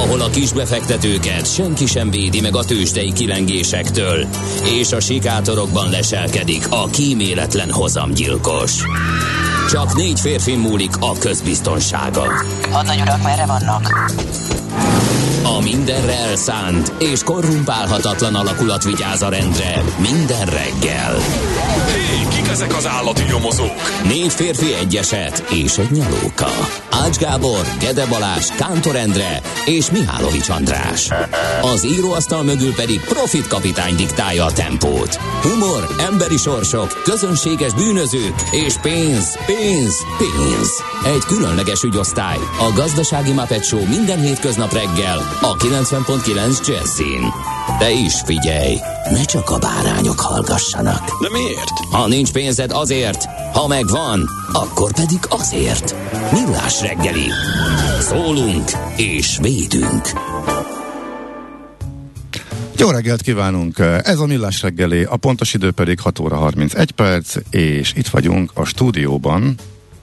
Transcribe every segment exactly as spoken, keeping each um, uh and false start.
ahol a kisbefektetőket senki sem védi meg a tőzsdei kilengésektől, és a sikátorokban leselkedik a kíméletlen hozamgyilkos. Csak négy férfi múlik a közbiztonsága. Hadnagy urak, merre vannak? A mindenre elszánt és korrumpálhatatlan alakulat vigyáz a rendre minden reggel. Hé, kik ezek az állati nyomozók? Négy férfi, egy eset és egy nyalóka. Ács Gábor, Gede Balázs, Kántor Endre és Mihálovics András. Az íróasztal mögül pedig Profit kapitány diktálja a tempót. Humor, emberi sorsok, közönséges bűnözők és pénz, pénz, pénz. Egy különleges ügyosztály, a Gazdasági Muppet Show minden hétköznap reggel a kilencven pont kilenc Jazzin. De is figyelj, ne csak a bárányok hallgassanak. De miért? Ha nincs pénzed, azért, ha megvan, akkor pedig azért. Millás reggeli. Szólunk és védünk. Jó reggelt kívánunk! Ez a Millás reggeli, a pontos idő pedig hat óra harmincegy perc, és itt vagyunk a stúdióban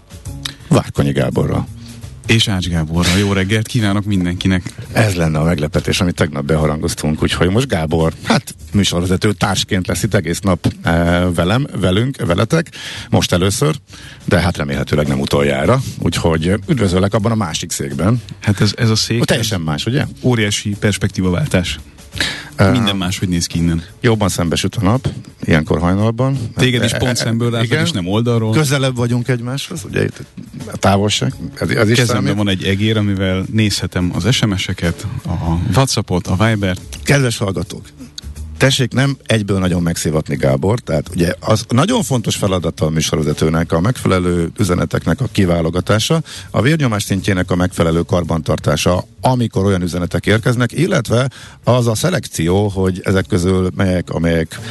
Várkonyi Gáborral. És Ács Gáborral. Jó reggelt kívánok mindenkinek! Ez lenne a meglepetés, amit tegnap beharangoztunk, úgyhogy most Gábor, hát műsorvezető társként lesz itt egész nap e, velem, velünk, veletek, most először, de hát remélhetőleg nem utoljára, úgyhogy üdvözöllek abban a másik székben. Hát ez, ez a szék... O, teljesen más, ugye? Óriási perspektívaváltás. Uh, Minden máshogy néz ki innen. Jobban szembesüt a nap, ilyenkor hajnalban. Téged is pont szemből látod, és nem oldalról. Közelebb vagyunk egymáshoz, ugye itt a távolság. Ez, ez is kezemben számít. van egy egér, amivel nézhetem az es em es-eket, a WhatsAppot, a Vibert. Kedves hallgatók, tessék nem egyből nagyon megszivatni Gábor, tehát ugye az nagyon fontos feladata a műsorvezetőnek a megfelelő üzeneteknek a kiválogatása, a vérnyomás szintjének a megfelelő karbantartása, amikor olyan üzenetek érkeznek, illetve az a szelekció, hogy ezek közül melyek, amelyek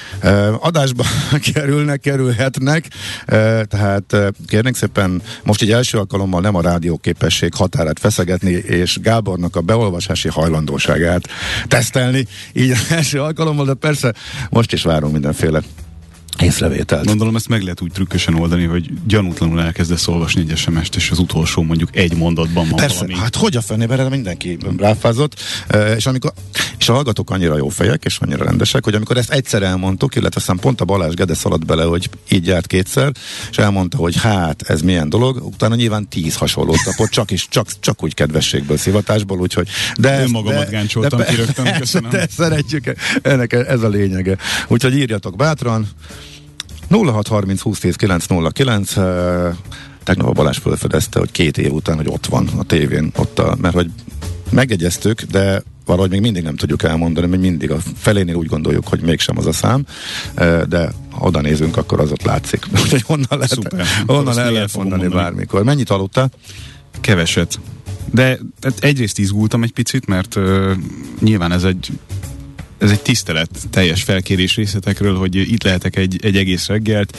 adásba kerülnek, kerülhetnek, tehát kérnénk szépen most így első alkalommal nem a rádióképesség határát feszegetni, és Gábornak a beolvasási hajlandóságát tesztelni, így első alkalommal, de persze most is várunk mindenféle észrevételt. Gondolom ezt meg lehet úgy trükkösen oldani, hogy gyanútlanul elkezdesz olvasni egy es em est, és az utolsó mondjuk egy mondatban van persze, valami. hát hogy a fenében mindenki ráfázott, és amikor és a hallgatók annyira jó fejek, és annyira rendesek, hogy amikor ezt egyszer elmondtuk, illetve aztán pont a Balázs Gede szaladt bele, hogy így járt kétszer, és elmondta, hogy hát ez milyen dolog, utána nyilván tíz hasonlót kapott, csak is, csak, csak úgy kedvességből, szivatásból, úgyhogy de önmagamat gáncsoltam ki rögtön, köszönöm. De szeretjük, ennek ez a lényege. Úgyhogy írjatok bátran, nulla hat harminc húsz tíz kilenc nulla kilenc. Tegnap a Balázs felfedezte, hogy két év után, hogy ott van a tévén, ott a, mert hogy megjegyeztük, de valahogy még mindig nem tudjuk elmondani, mert mindig a felénél úgy gondoljuk, hogy mégsem az a szám, de ha oda nézünk, akkor az ott látszik. Úgyhogy honnan lehet, Szuper. honnan el lehet mondani, mondani bármikor. Mennyit aludtál? Keveset. De egyrészt izgultam egy picit, mert uh, nyilván ez egy ez egy tisztelet teljes felkérés részletekről, hogy itt lehetek egy, egy egész reggelt.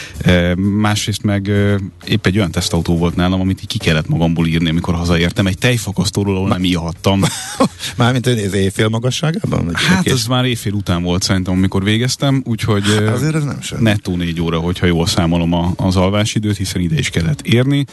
E, másrészt meg e, épp egy olyan tesztautó volt nálam, amit így ki kellett magamból írni, amikor hazaértem. Egy tejfakasztóról, ahol nem írhattam. Mármint az éjfél magasságában? Hát ez már éjfél után volt szerintem, amikor végeztem, úgyhogy hát azért ez nem sem. Nettó négy óra, hogyha jól számolom a, az alvásidőt, hiszen ide is kellett érni.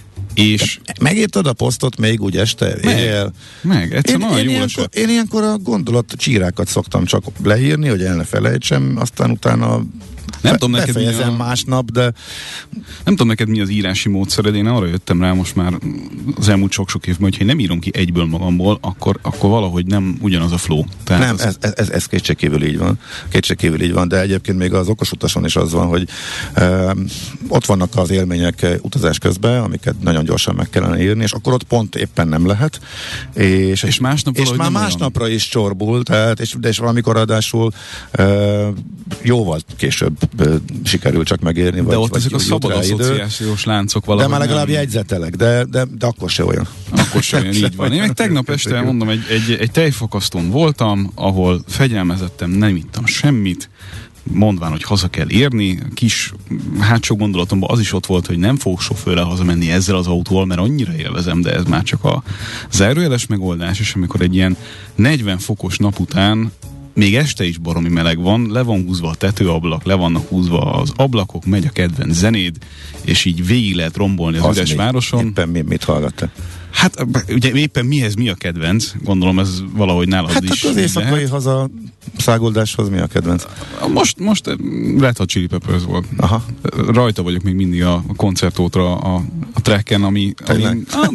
És megírtad a posztot még úgy este? Meg, éjjel? meg egyszerűen én, nagyon én, jól ilyenkor, esett. én ilyenkor a gondolat csírákat szoktam csak leírni, hogy el ne felejtsem, aztán utána nem fe, tudom neked befejezem a... másnap, de nem tudom neked mi az írási módszered, én arra jöttem rá most már az elmúlt sok-sok évben, hogy ha én nem írom ki egyből magamból, akkor, akkor valahogy nem ugyanaz a flow. Tehát nem, az... ez, ez, ez kétségkívül így van. Kétségkívül így van, de egyébként még az okos utason is az van, hogy uh, ott vannak az élmények utazás közben, amiket nagyon gyorsan meg kellene írni, és akkor ott pont éppen nem lehet. És, és másnap és már másnapra is csorbul, tehát, és, és valamikor adásul uh, jóval később uh, sikerül csak megérni. De vagy, ott vagy ezek a szabad asszociációs láncok valahogy. De már legalább nem... jegyzetelek, de, de, de akkor se olyan. Akkor se olyan, így van. Én meg tegnap este elmondom, egy, egy, egy tejfakasztón voltam, ahol fegyelmezettem, nem ittam semmit, mondván, hogy haza kell érni. Kis hátsó gondolatomban az is ott volt, hogy nem fogok sofőrrel hazamenni ezzel az autóval, mert annyira élvezem, de ez már csak a zárójeles megoldás, és amikor egy ilyen negyven fokos nap után még este is baromi meleg van, le van húzva a tetőablak, le vannak húzva az ablakok, megy a kedvenc zenéd, és így végig lehet rombolni az, az üres városon. Éppen mi, mit hallgattál? Hát ugye éppen mihez mi a kedvenc? Gondolom ez valahogy nálad hát is. Hát az éjszakai haza száguldáshoz mi a kedvenc? Most, most Red Hot Chili Peppers volt. Aha. Rajta vagyok még mindig a, a koncertótra a, a tracken, ami, ami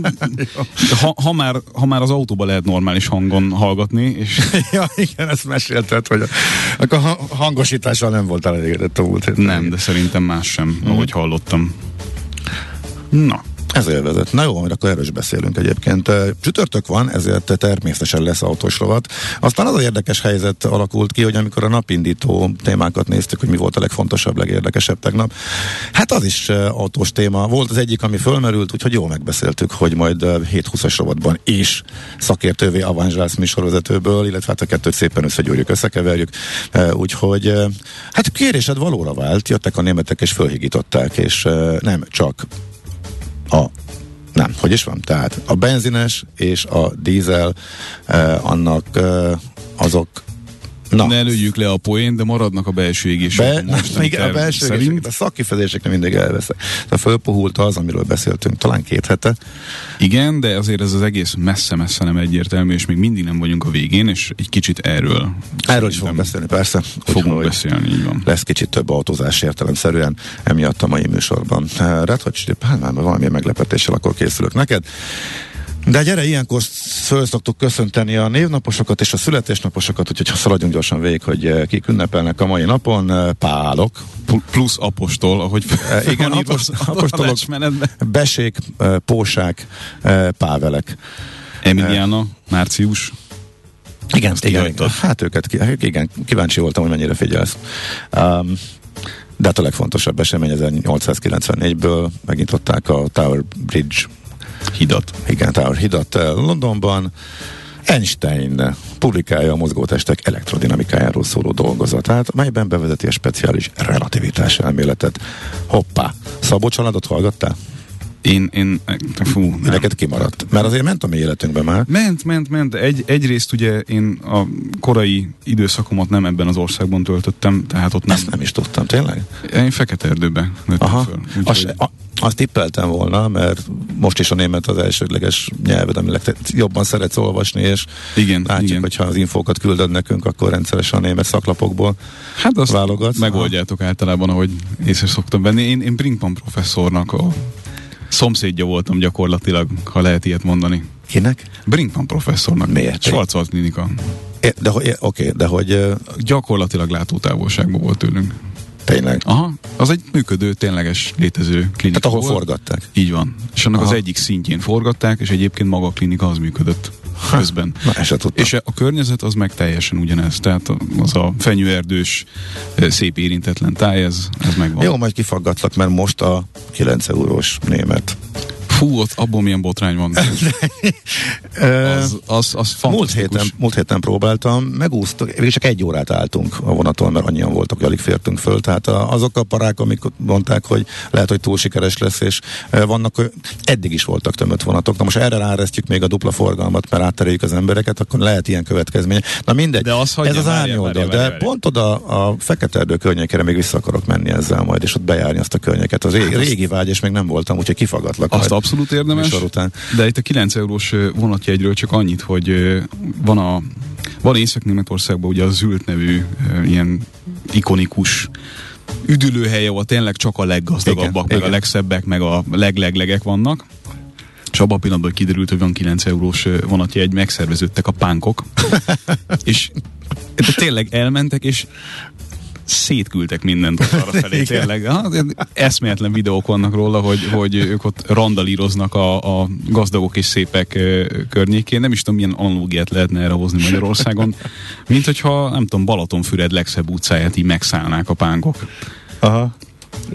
ha, ha, már, ha már az autóban lehet normális hangon hallgatni. És ja, igen, ezt mesélted, hogy a, akkor a hangosítással nem voltál elégedett a múlt héten. Nem, de szerintem más sem, mm. ahogy hallottam. Na. Ez élvezet. Na jó, majd akkor erről is beszélünk egyébként. Csütörtök van, ezért természetesen lesz autós rovat. Aztán az a érdekes helyzet alakult ki, hogy amikor a napindító témákat néztük, hogy mi volt a legfontosabb, legérdekesebb tegnap, hát az is autós téma. Volt az egyik, ami fölmerült, úgyhogy jól megbeszéltük, hogy majd hét húszas rovatban is szakértővé avanzsálsz műsorvezetőből, illetve hát a kettőt szépen összegyúrjuk, összekeverjük. Úgyhogy hát kérésed valóra vált, jöttek a németek és fölhigították, és nem csak a, nem, hogy is van? Tehát a benzines és a dízel eh, annak eh, azok na. Ne lőjük le a poént, de maradnak a belső égések. Be, igen, a belső égések, a szakkifejezéseknek mindig elveszek. Tehát fölpuhult az, amiről beszéltünk talán két hete. Igen, de azért ez az egész messze-messze nem egyértelmű, és még mindig nem vagyunk a végén, és egy kicsit erről. Erről is fogunk beszélni, persze. Fogunk beszélni, így van. Lesz kicsit több autózás értelemszerűen emiatt a mai műsorban. Red Hot Chili, hát már valami meglepetéssel akkor készülök neked. De gyere, ilyenkor föl szoktuk köszönteni a névnaposokat és a születésnaposokat, úgyhogy szaladjunk gyorsan végig, hogy kik ünnepelnek a mai napon. Pálok. Plusz apostol, ahogy e, igen, apost, apostolok, Besék, Pósák, Pávelek. Emiliana, Március. Igen, igen, hát őket, igen, kíváncsi voltam, hogy mennyire figyelsz. Um, de hát a legfontosabb esemény ezernyolcszázkilencvennégyből megnyitották a Tower Bridge hidat. Igen, Tower hidat Londonban. Einstein publikálja a mozgótestek elektrodinamikájáról szóló dolgozatát, melyben bevezeti a speciális relativitás elméletet. Hoppá! Szabó családot hallgattál? Én, én, fú, nem. Neked kimaradt. Mert azért ment a mi életünkben már. Ment, ment, ment. Egy, egyrészt ugye én a korai időszakomat nem ebben az országban töltöttem, tehát ott nem... Ezt nem is tudtam, tényleg? Én Fekete-Erdőben nőttem Aha. föl. Úgy, azt, hogy... a, azt tippeltem volna, mert most is a német az elsődleges nyelved, aminek te jobban szeretsz olvasni, és igen, látjuk, igen. hogyha az infókat küldöd nekünk, akkor rendszeresen a német szaklapokból hát azt válogatsz. Megoldjátok Aha. általában, ahogy észre szoktam venni. Én, én Brinkman professzornak a szomszédja voltam gyakorlatilag, ha lehet ilyet mondani. Kinek? Brinkman professzornak. Miért? Schwarzwald klinika. É, de oké, okay, de hogy... Gyakorlatilag látótávolságban volt tőlünk. Tényleg? Aha, az egy működő, tényleges, létező klinika. Tehát ahol volt. Forgatták? Így van. És annak Aha. az egyik szintjén forgatták, és egyébként maga a klinika az működött közben. Na, ezt sem tudtam. És a környezet az meg teljesen ugyanez. Tehát az a fenyőerdős, szép érintetlen táj, ez, ez megvan. Jó, majd kifaggatlak, mert most a kilenc eurós német. Fú, ott abból milyen botrány van. az, az, az múlt, héten, múlt héten próbáltam, megúsztuk, és csak egy órát álltunk a vonaton, mert annyian voltak, hogy alig fértünk föl. Tehát a, azok a parák, amik mondták, hogy lehet, hogy túl sikeres lesz, és vannak, eddig is voltak tömött vonatok. Na most erre ráresztjük még a dupla forgalmat, mert áttereljük az embereket, akkor lehet ilyen következmény. Na mindegy, de az ez az árnyoldal, de pont oda a Fekete-erdő környékére még vissza akarok menni ezzel majd, és ott bejárni azt a környéket. Az régi, régi vágy, és még nem voltam, úgyhogy kifaggatlak. Azt abszolút érdemes, de itt a kilenc eurós vonatjegyről csak annyit, hogy van a van Észak-Németországban ugye a Zült nevű ilyen ikonikus üdülőhelye, ahol tényleg csak a leggazdagabbak, igen, meg igen. a legszebbek, meg a legleglegek vannak. És abban a pillanatban kiderült, hogy van kilenc eurós vonatjegy, megszerveződtek a pánkok. és de tényleg elmentek, és szétküldtek mindent ott arra felé, tényleg. Ha, eszméletlen videók vannak róla, hogy, hogy ők ott randalíroznak a, a gazdagok és szépek uh, környékén. Nem is tudom, milyen analógiát lehetne erre hozni Magyarországon. Mint hogyha, nem tudom, Balatonfüred legszebb utcáját így megszállnák a pánkok. Aha.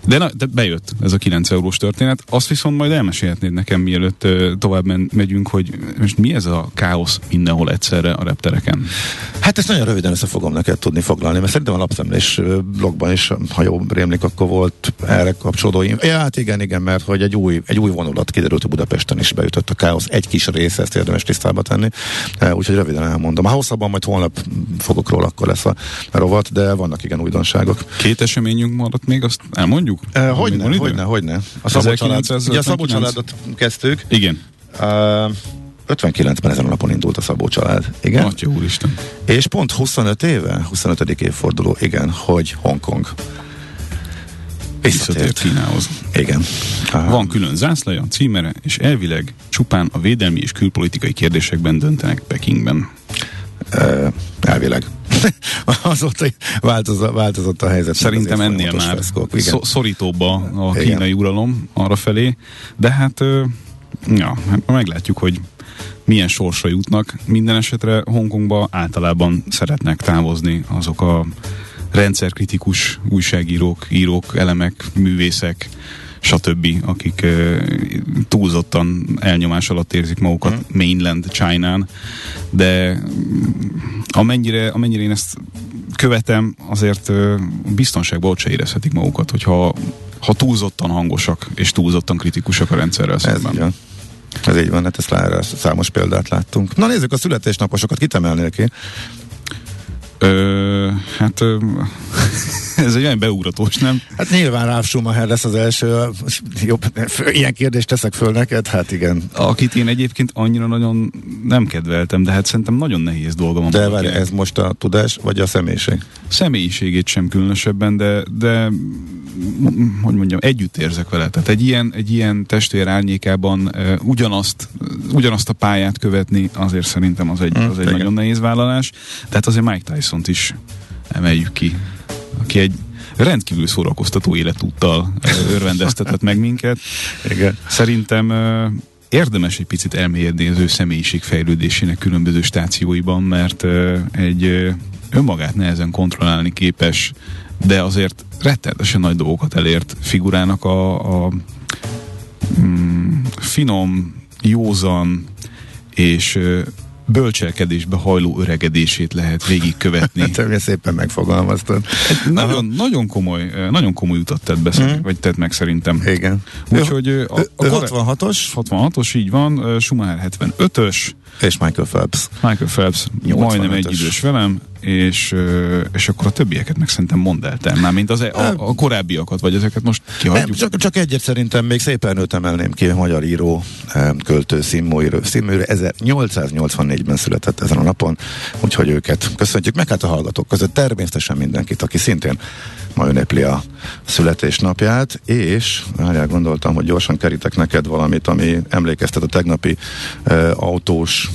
De, na, de bejött ez a kilenc eurós történet. Azt viszont majd elmesélhetnéd nekem, mielőtt uh, tovább men- megyünk, hogy most mi ez a káosz mindenhol egyszerre a reptereken? Hát ezt nagyon röviden össze fogom neked tudni foglalni, mert szerintem a lapszemlés blogban is, ha jó rémlik, akkor volt erre kapcsolódó. Ja, hát igen, igen, mert hogy egy új, egy új vonulat kiderült, hogy Budapesten is beütött a káosz. Egy kis része, ezt érdemes tisztába tenni. Úgyhogy röviden elmondom. Ha hosszabban, majd holnap fogok róla, akkor lesz a rovat, de vannak igen újdonságok. Két eseményünk maradt még, azt elmondjuk? Eh, hogyne, hogyne, hogyne. A Szabó család, ugye a Szabó családot kezdtük. Igen. Uh, ötvenkilencben ezen a napon indult a Szabó család. Igen. Atya úristen. És pont huszonöt éve, huszonötödik évforduló, igen, hogy Hongkong visszatért Kínához. Igen. Uh, Van külön zászlaja, címere, és elvileg csupán a védelmi és külpolitikai kérdésekben döntenek Pekingben. Uh, elvileg. Azóta változott, változott a helyzet. Szerintem ennél már szó, szorítóbb a, a kínai igen. uralom arra felé, de hát ja, meglátjuk, hogy milyen sorsra jutnak. Minden esetre Hongkongba általában szeretnek távozni azok a rendszerkritikus újságírók, írók, elemek, művészek, stb., akik uh, túlzottan elnyomás alatt érzik magukat hmm. mainland China-n, de amennyire, amennyire én ezt követem, azért uh, biztonságban ott se érezhetik magukat, hogyha ha túlzottan hangosak és túlzottan kritikusak a rendszerrel szemben. Ez, Ez így van, hát ezt rá, számos példát láttunk. Na nézzük a születésnaposokat, kit emelnél ki? Ö, hát ö, ez egy olyan beugratós, nem? Hát nyilván Ralf Schumacher lesz az első. Jobb, ilyen kérdést teszek föl neked? Hát igen. Akit én egyébként annyira nagyon nem kedveltem, de hát szerintem nagyon nehéz dolga van. De várj, ez most a tudás, vagy a személyiség? Személyiségét sem különösebben, de, de hogy mondjam, együtt érzek vele. Tehát egy ilyen, egy ilyen testvér árnyékában uh, ugyanazt, ugyanazt a pályát követni, azért szerintem az egy, hmm, az egy nagyon nehéz vállalás. Tehát azért Mike Tysont is emeljük ki, aki egy rendkívül szórakoztató életúttal uh, örvendeztetett meg minket. Igen. Szerintem uh, érdemes egy picit elmélyedni az ő személyiség fejlődésének különböző stációiban, mert uh, egy uh, önmagát nehezen kontrollálni képes, de azért rettenetesen nagy dolgokat elért figurának a, a mm, finom, józan és bölcselkedésbe hajló öregedését lehet végigkövetni. Te szépen megfogalmaztad. Nagyon, nagyon komoly, nagyon komoly utat tett be, mm. vagy tett meg szerintem. Igen. Úgyhogy a, a hatvanhatos? hatvanhatos, így van, Schumacher hetvenötös. És Michael Phelps. Michael Phelps majdnem egy idős velem, és, és akkor a többieket meg szerintem mondd el te, már mint az, a, a korábbiakat, vagy ezeket most kihagyjuk. Csak, csak egyet szerintem még szépen őt emelném ki, magyar író, költő, színművő, színművő, ezernyolcszáznyolcvannégyben született ezen a napon, úgyhogy őket köszöntjük, meg hát a hallgatók között természetesen mindenkit, aki szintén ma ünnepli a születésnapját, és várjál, gondoltam, hogy gyorsan kerítek neked valamit, ami emlékeztet a tegnapi uh, autós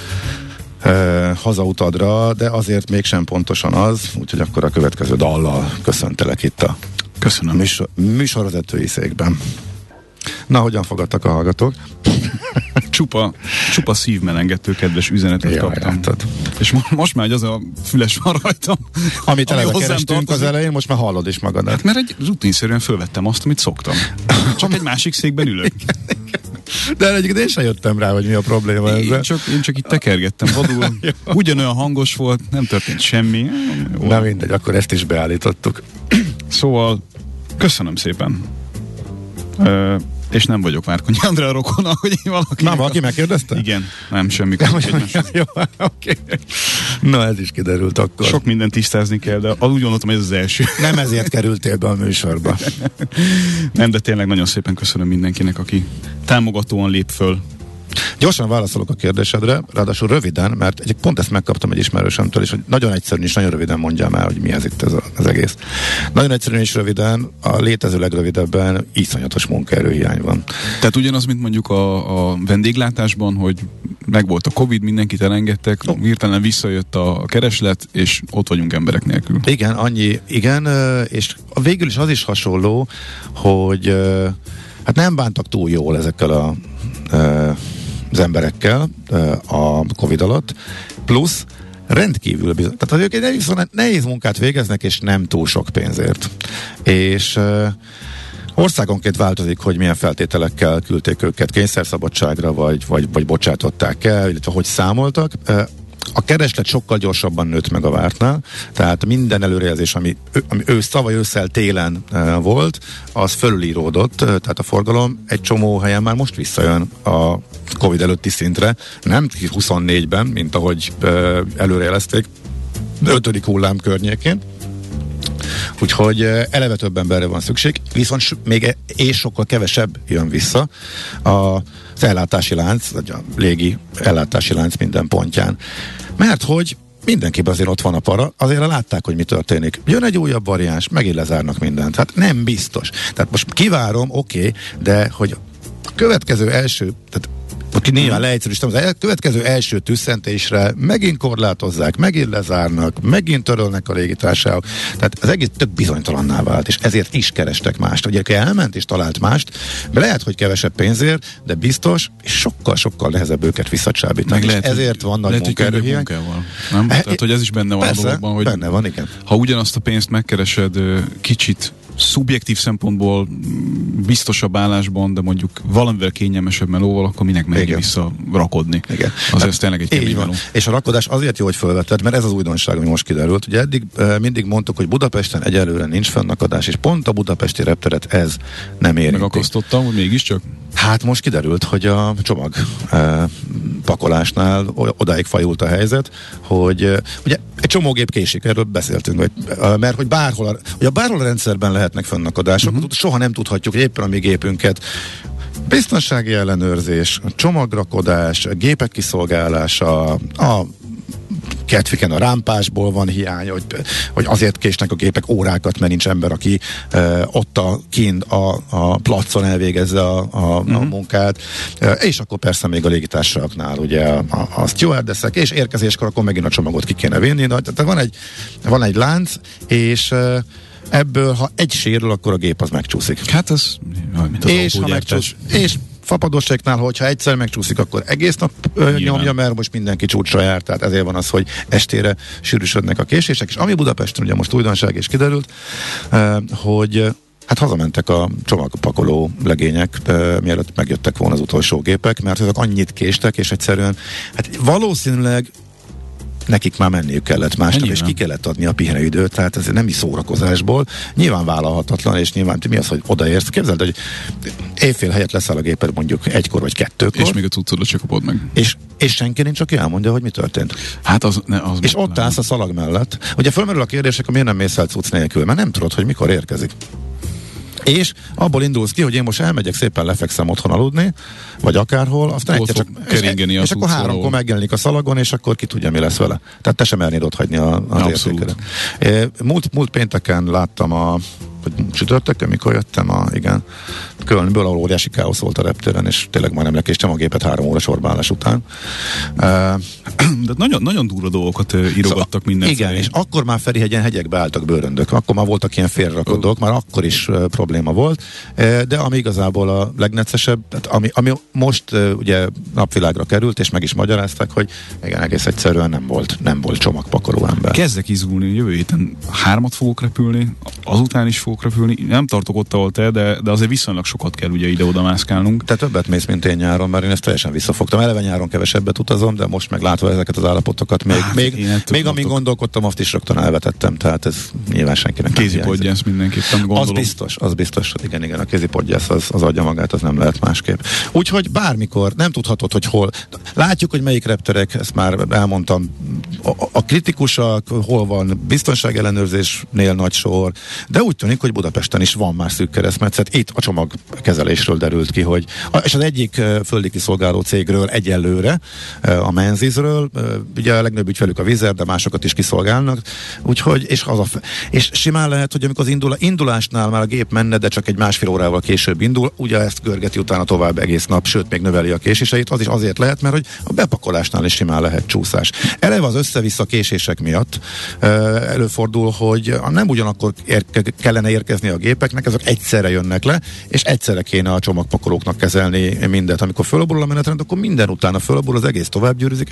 uh, hazautadra, de azért mégsem pontosan az, úgyhogy akkor a következő dallal köszöntelek itt a Köszönöm. Műsor, műsorvezetői székben. Na, hogyan fogadtak a hallgatók? Csupa, csupa szívmelengető kedves üzenetet Jaj, kaptam. Látod. És mo- most már az a füles van rajtam. Amit eleve kerestünk az elején, most már hallod is magadat. Hát mert egy rutinszerűen fölvettem azt, amit szoktam. Csak egy másik székben ülök. De egyébként én sem jöttem rá, hogy mi a probléma én ezzel. Csak, én csak itt tekergettem vadul. Ugyanolyan hangos volt, nem történt semmi. Na mindegy, akkor ezt is beállítottuk. Szóval köszönöm szépen. Ö, és nem vagyok Várkonyi Andrea rokona, hogy valaki... Na, valaki megkérdezte? Igen, nem, semmi. Jó, oké. Na, ez is kiderült akkor. Sok mindent tisztázni kell, de úgy gondoltam, hogy ez az első. Nem ezért kerültél be a műsorba. Nem, de tényleg nagyon szépen köszönöm mindenkinek, aki támogatóan lép föl. Gyorsan válaszolok a kérdésedre, ráadásul röviden, mert egy, pont ezt megkaptam egy ismerősömtől, és hogy nagyon egyszerűen és nagyon röviden mondjam el, hogy mi ez itt ez a, az egész. Nagyon egyszerűen és röviden, a létező legrövidebben iszonyatos munkaerőhiány van. Tehát ugyanaz, mint mondjuk a, a vendéglátásban, hogy megvolt a Covid, mindenkit elengedtek, oh. hirtelen visszajött a kereslet, és ott vagyunk emberek nélkül. Igen, annyi, igen, és végül is az is hasonló, hogy hát nem bántak túl jól ezekkel a az emberekkel a Covid alatt, plusz rendkívül bizony, tehát ők egy nehéz munkát végeznek, és nem túl sok pénzért. És Országonként változik, hogy milyen feltételekkel küldték őket kényszerszabadságra, vagy, vagy, vagy bocsátották el, illetve hogy számoltak. A kereslet sokkal gyorsabban nőtt meg a vártnál, tehát minden előrejelzés, ami, ami ősz, tavaly ősszel télen e, volt, az fölülíródott, tehát a forgalom egy csomó helyen már most visszajön a Covid előtti szintre, nem huszonnégyben, mint ahogy e, előrejelezték, ötödik hullám környékén. Úgyhogy eleve több emberre van szükség, viszont még és sokkal kevesebb jön vissza az ellátási lánc, vagy a légi ellátási lánc minden pontján. Mert hogy mindenkiben azért ott van a para, azért látták, hogy mi történik. Jön egy újabb variáns, megint lezárnak mindent. Hát nem biztos. Tehát most kivárom, oké, okay, de hogy a következő első, tehát aki nyilván leegyszerűsítem, az következő első tüsszentésre megint korlátozzák, megint lezárnak, megint törölnek a légitársaságok. Tehát az egész tök bizonytalanná vált, és ezért is kerestek mást. Ugye, aki elment és talált mást, de lehet, hogy kevesebb pénzért, de biztos, és sokkal-sokkal nehezebb őket visszacsábítani. És lehet, ezért van nagy munkaerőhiány. Nem? Tehát, hogy ez is benne van. Persze, a dologban, hogy benne van, igen. Ha ugyanazt a pénzt megkeresed kicsit szubjektív szempontból biztosabb állásban, de mondjuk valamivel kényelmesebb melóval, akkor minek megy vissza rakodni. Igen. Az ez tényleg egy kemény meló. És a rakodás azért jó, hogy felvetted, mert ez az újdonság, ami most kiderült. Ugye eddig e, mindig mondtuk, hogy Budapesten egyelőre nincs fennakadás, és pont a budapesti repteret ez nem érinti. Megakasztottam, hogy mégiscsak? Hát most kiderült, hogy a csomag e, pakolásnál odáig fajult a helyzet, hogy e, ugye egy csomó gép késik, erről beszéltünk, hogy, e, mert hogy bárhol a, ugye bárhol a rendszerben lehetnek fennakadások, uh-huh. soha nem tudhatjuk, hogy éppen a mi gépünket biztonsági ellenőrzés, csomagrakodás, gépek kiszolgálása, a Kedfiken a rámpásból van hiány, hogy, hogy azért késnek a gépek órákat, mert nincs ember, aki e, ott a kint a, a placon elvégezze a, a, uh-huh. a munkát, e, és akkor persze még a légitársaságnál ugye a, a, a stewardessek, és érkezéskor akkor megint a csomagot ki kéne vinni, tehát van egy, van egy lánc, és e, ebből, ha egy sérül, akkor a gép az megcsúszik. Hát ez, mint az és ha megcsúszik, és fapadosséknál, hogyha egyszer megcsúszik, akkor egész nap ö, nyomja, mert most mindenki csúcsra jár, tehát ezért van az, hogy estére sűrűsödnek a késések, és ami Budapesten ugye most újdonság is kiderült, ö, hogy hát hazamentek a csomagpakoló legények, ö, mielőtt megjöttek volna az utolsó gépek, mert ezek annyit késtek, és egyszerűen, hát valószínűleg nekik már menniük kellett másnap, és ki kellett adni a pihenőidőt, tehát ez nem is szórakozásból. Nyilván vállalhatatlan, és nyilván mi az, hogy odaérsz. Képzeld, hogy éjfél helyett leszáll a géped mondjuk egykor vagy kettőkor. És még a cuccodat se kapod meg. És, és senki nincs, aki elmondja, hogy mi történt. Hát az, ne, az és ott állsz a szalag mellett. Ugye fölmerül a kérdések, hogy miért nem mész el cucc nélkül, mert nem tudod, hogy mikor érkezik. És abból indulsz ki, hogy én most elmegyek, szépen lefekszem otthon aludni, vagy akárhol, aztán egyszer csak, és, és akkor háromkor megjelenik a szalagon, és akkor ki tudja, mi lesz vele. Tehát te sem mernéd otthagyni a, az értékedet. Múlt, múlt pénteken láttam a csütörtökön, mikor jöttem, a, igen, Kölnből, ahol óriási káosz volt a reptéren, és tényleg már nem lekéstem a gépet három óra sorbaállás után. Uh, De nagyon, nagyon durva dolgokat uh, írogattak szóval, mindenféle. Igen, és akkor már Ferihegyen hegyekbe álltak bőröndök, akkor már voltak ilyen félrerakott dolgok, már akkor is uh, probléma volt, uh, de ami igazából a legnetszesebb, ami, ami most uh, ugye napvilágra került, és meg is magyarázták, hogy igen, egész egyszerűen nem volt, nem volt csomagpakoló ember. Kezdek izgulni, jövő héten hármat fogok repülni, azután is fogok repülni, nem tartok ott, ahol te, de, de azért viszonylag sokat kell ugye ide-oda mászkálnunk. Te többet mész, mint én nyáron, mert én ezt teljesen visszafogtam. Eleve nyáron kevesebbet utazom, de most meg látva ezeket az állapotokat, még, hát, még, még amíg gondolkodtam, azt is rögtön elvetettem, tehát ez nyilván senkinek nem kézipodgyász mindenképpen, gondolom. Az biztos, az biztos, igen, igen, a kézipodgyász az, az adja magát, az nem lehet másképp. Úgyhogy bármikor, nem tudhatod, hogy hol. Látjuk, hogy melyik repterek, ezt már elmondtam, a, a kritikusak, hol van biztonságellenőrzésnél nagy sor, de úgy tűnik, hogy Budapesten is van már szűk keresztmetszet. Itt a csomagkezelésről derült ki, hogy és az egyik földi kiszolgáló cégről egyelőre, a Menzizről, ugye a legnagyobb ügyfelük a Vizer, de másokat is kiszolgálnak, úgyhogy, és, az a, és simán lehet, hogy amikor az indul, indulásnál már a gép menne, de csak egy másfél órával később indul, ugye ezt görgeti utána tovább egész nap, sőt, még növeli a késéseit, az is azért lehet, mert hogy a bepakolásnál is simán lehet csúszás. Eleve az össze-vissza késések miatt előfordul, hogy nem ugyanakkor érke, kellene érkezni a gépeknek, ezek egyszerre jönnek le, és egyszerre kéne a csomagpakolóknak kezelni mindet. Amikor fölborul a menetrend, akkor minden utána fölborul, az egész tovább gyűrűzik, és akkor vége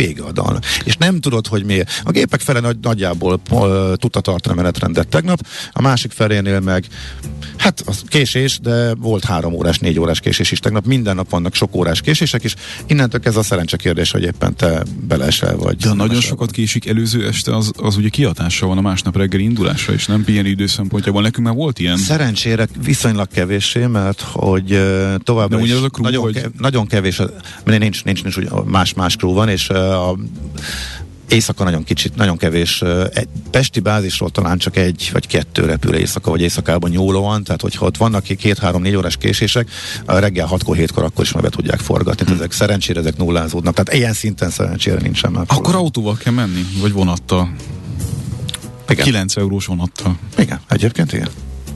vége a dalnak. És nem tudod, hogy miért. A gépek fele nagy, nagyjából uh, tudta tartani a menetrendet tegnap, a másik felénél meg hát az késés, de volt három órás, négy órás késés is tegnap. Minden nap vannak sok órás késések, és innentől ez a szerencse kérdés, hogy éppen te belesel vagy. De nagyon sokat késik előző este, az, az ugye kihatással van a másnap reggeli indulásra, és nem pihenő idő szempontjából. Nekünk már volt ilyen. Szerencsére viszonylag kevéssé, mert hogy uh, továbbra is crew, nagyon, hogy... kev, nagyon kevés, mert nincs, nincs, nincs, nincs más-más crew van, és uh, a éjszaka nagyon kicsit, nagyon kevés. Egy pesti bázisról talán csak egy vagy kettő repül éjszaka, vagy éjszakában nyúlóan, tehát hogyha ott vannak két-három-négy órás késések, a reggel hatkor, hétkor akkor is meg be tudják forgatni. Hmm. Ezek szerencsére ezek nullázódnak, tehát ilyen szinten szerencsére nincsen már. Akkor autóval kell menni, vagy vonattal? Igen. kilenc eurós vonattal. Igen, egyébként igen.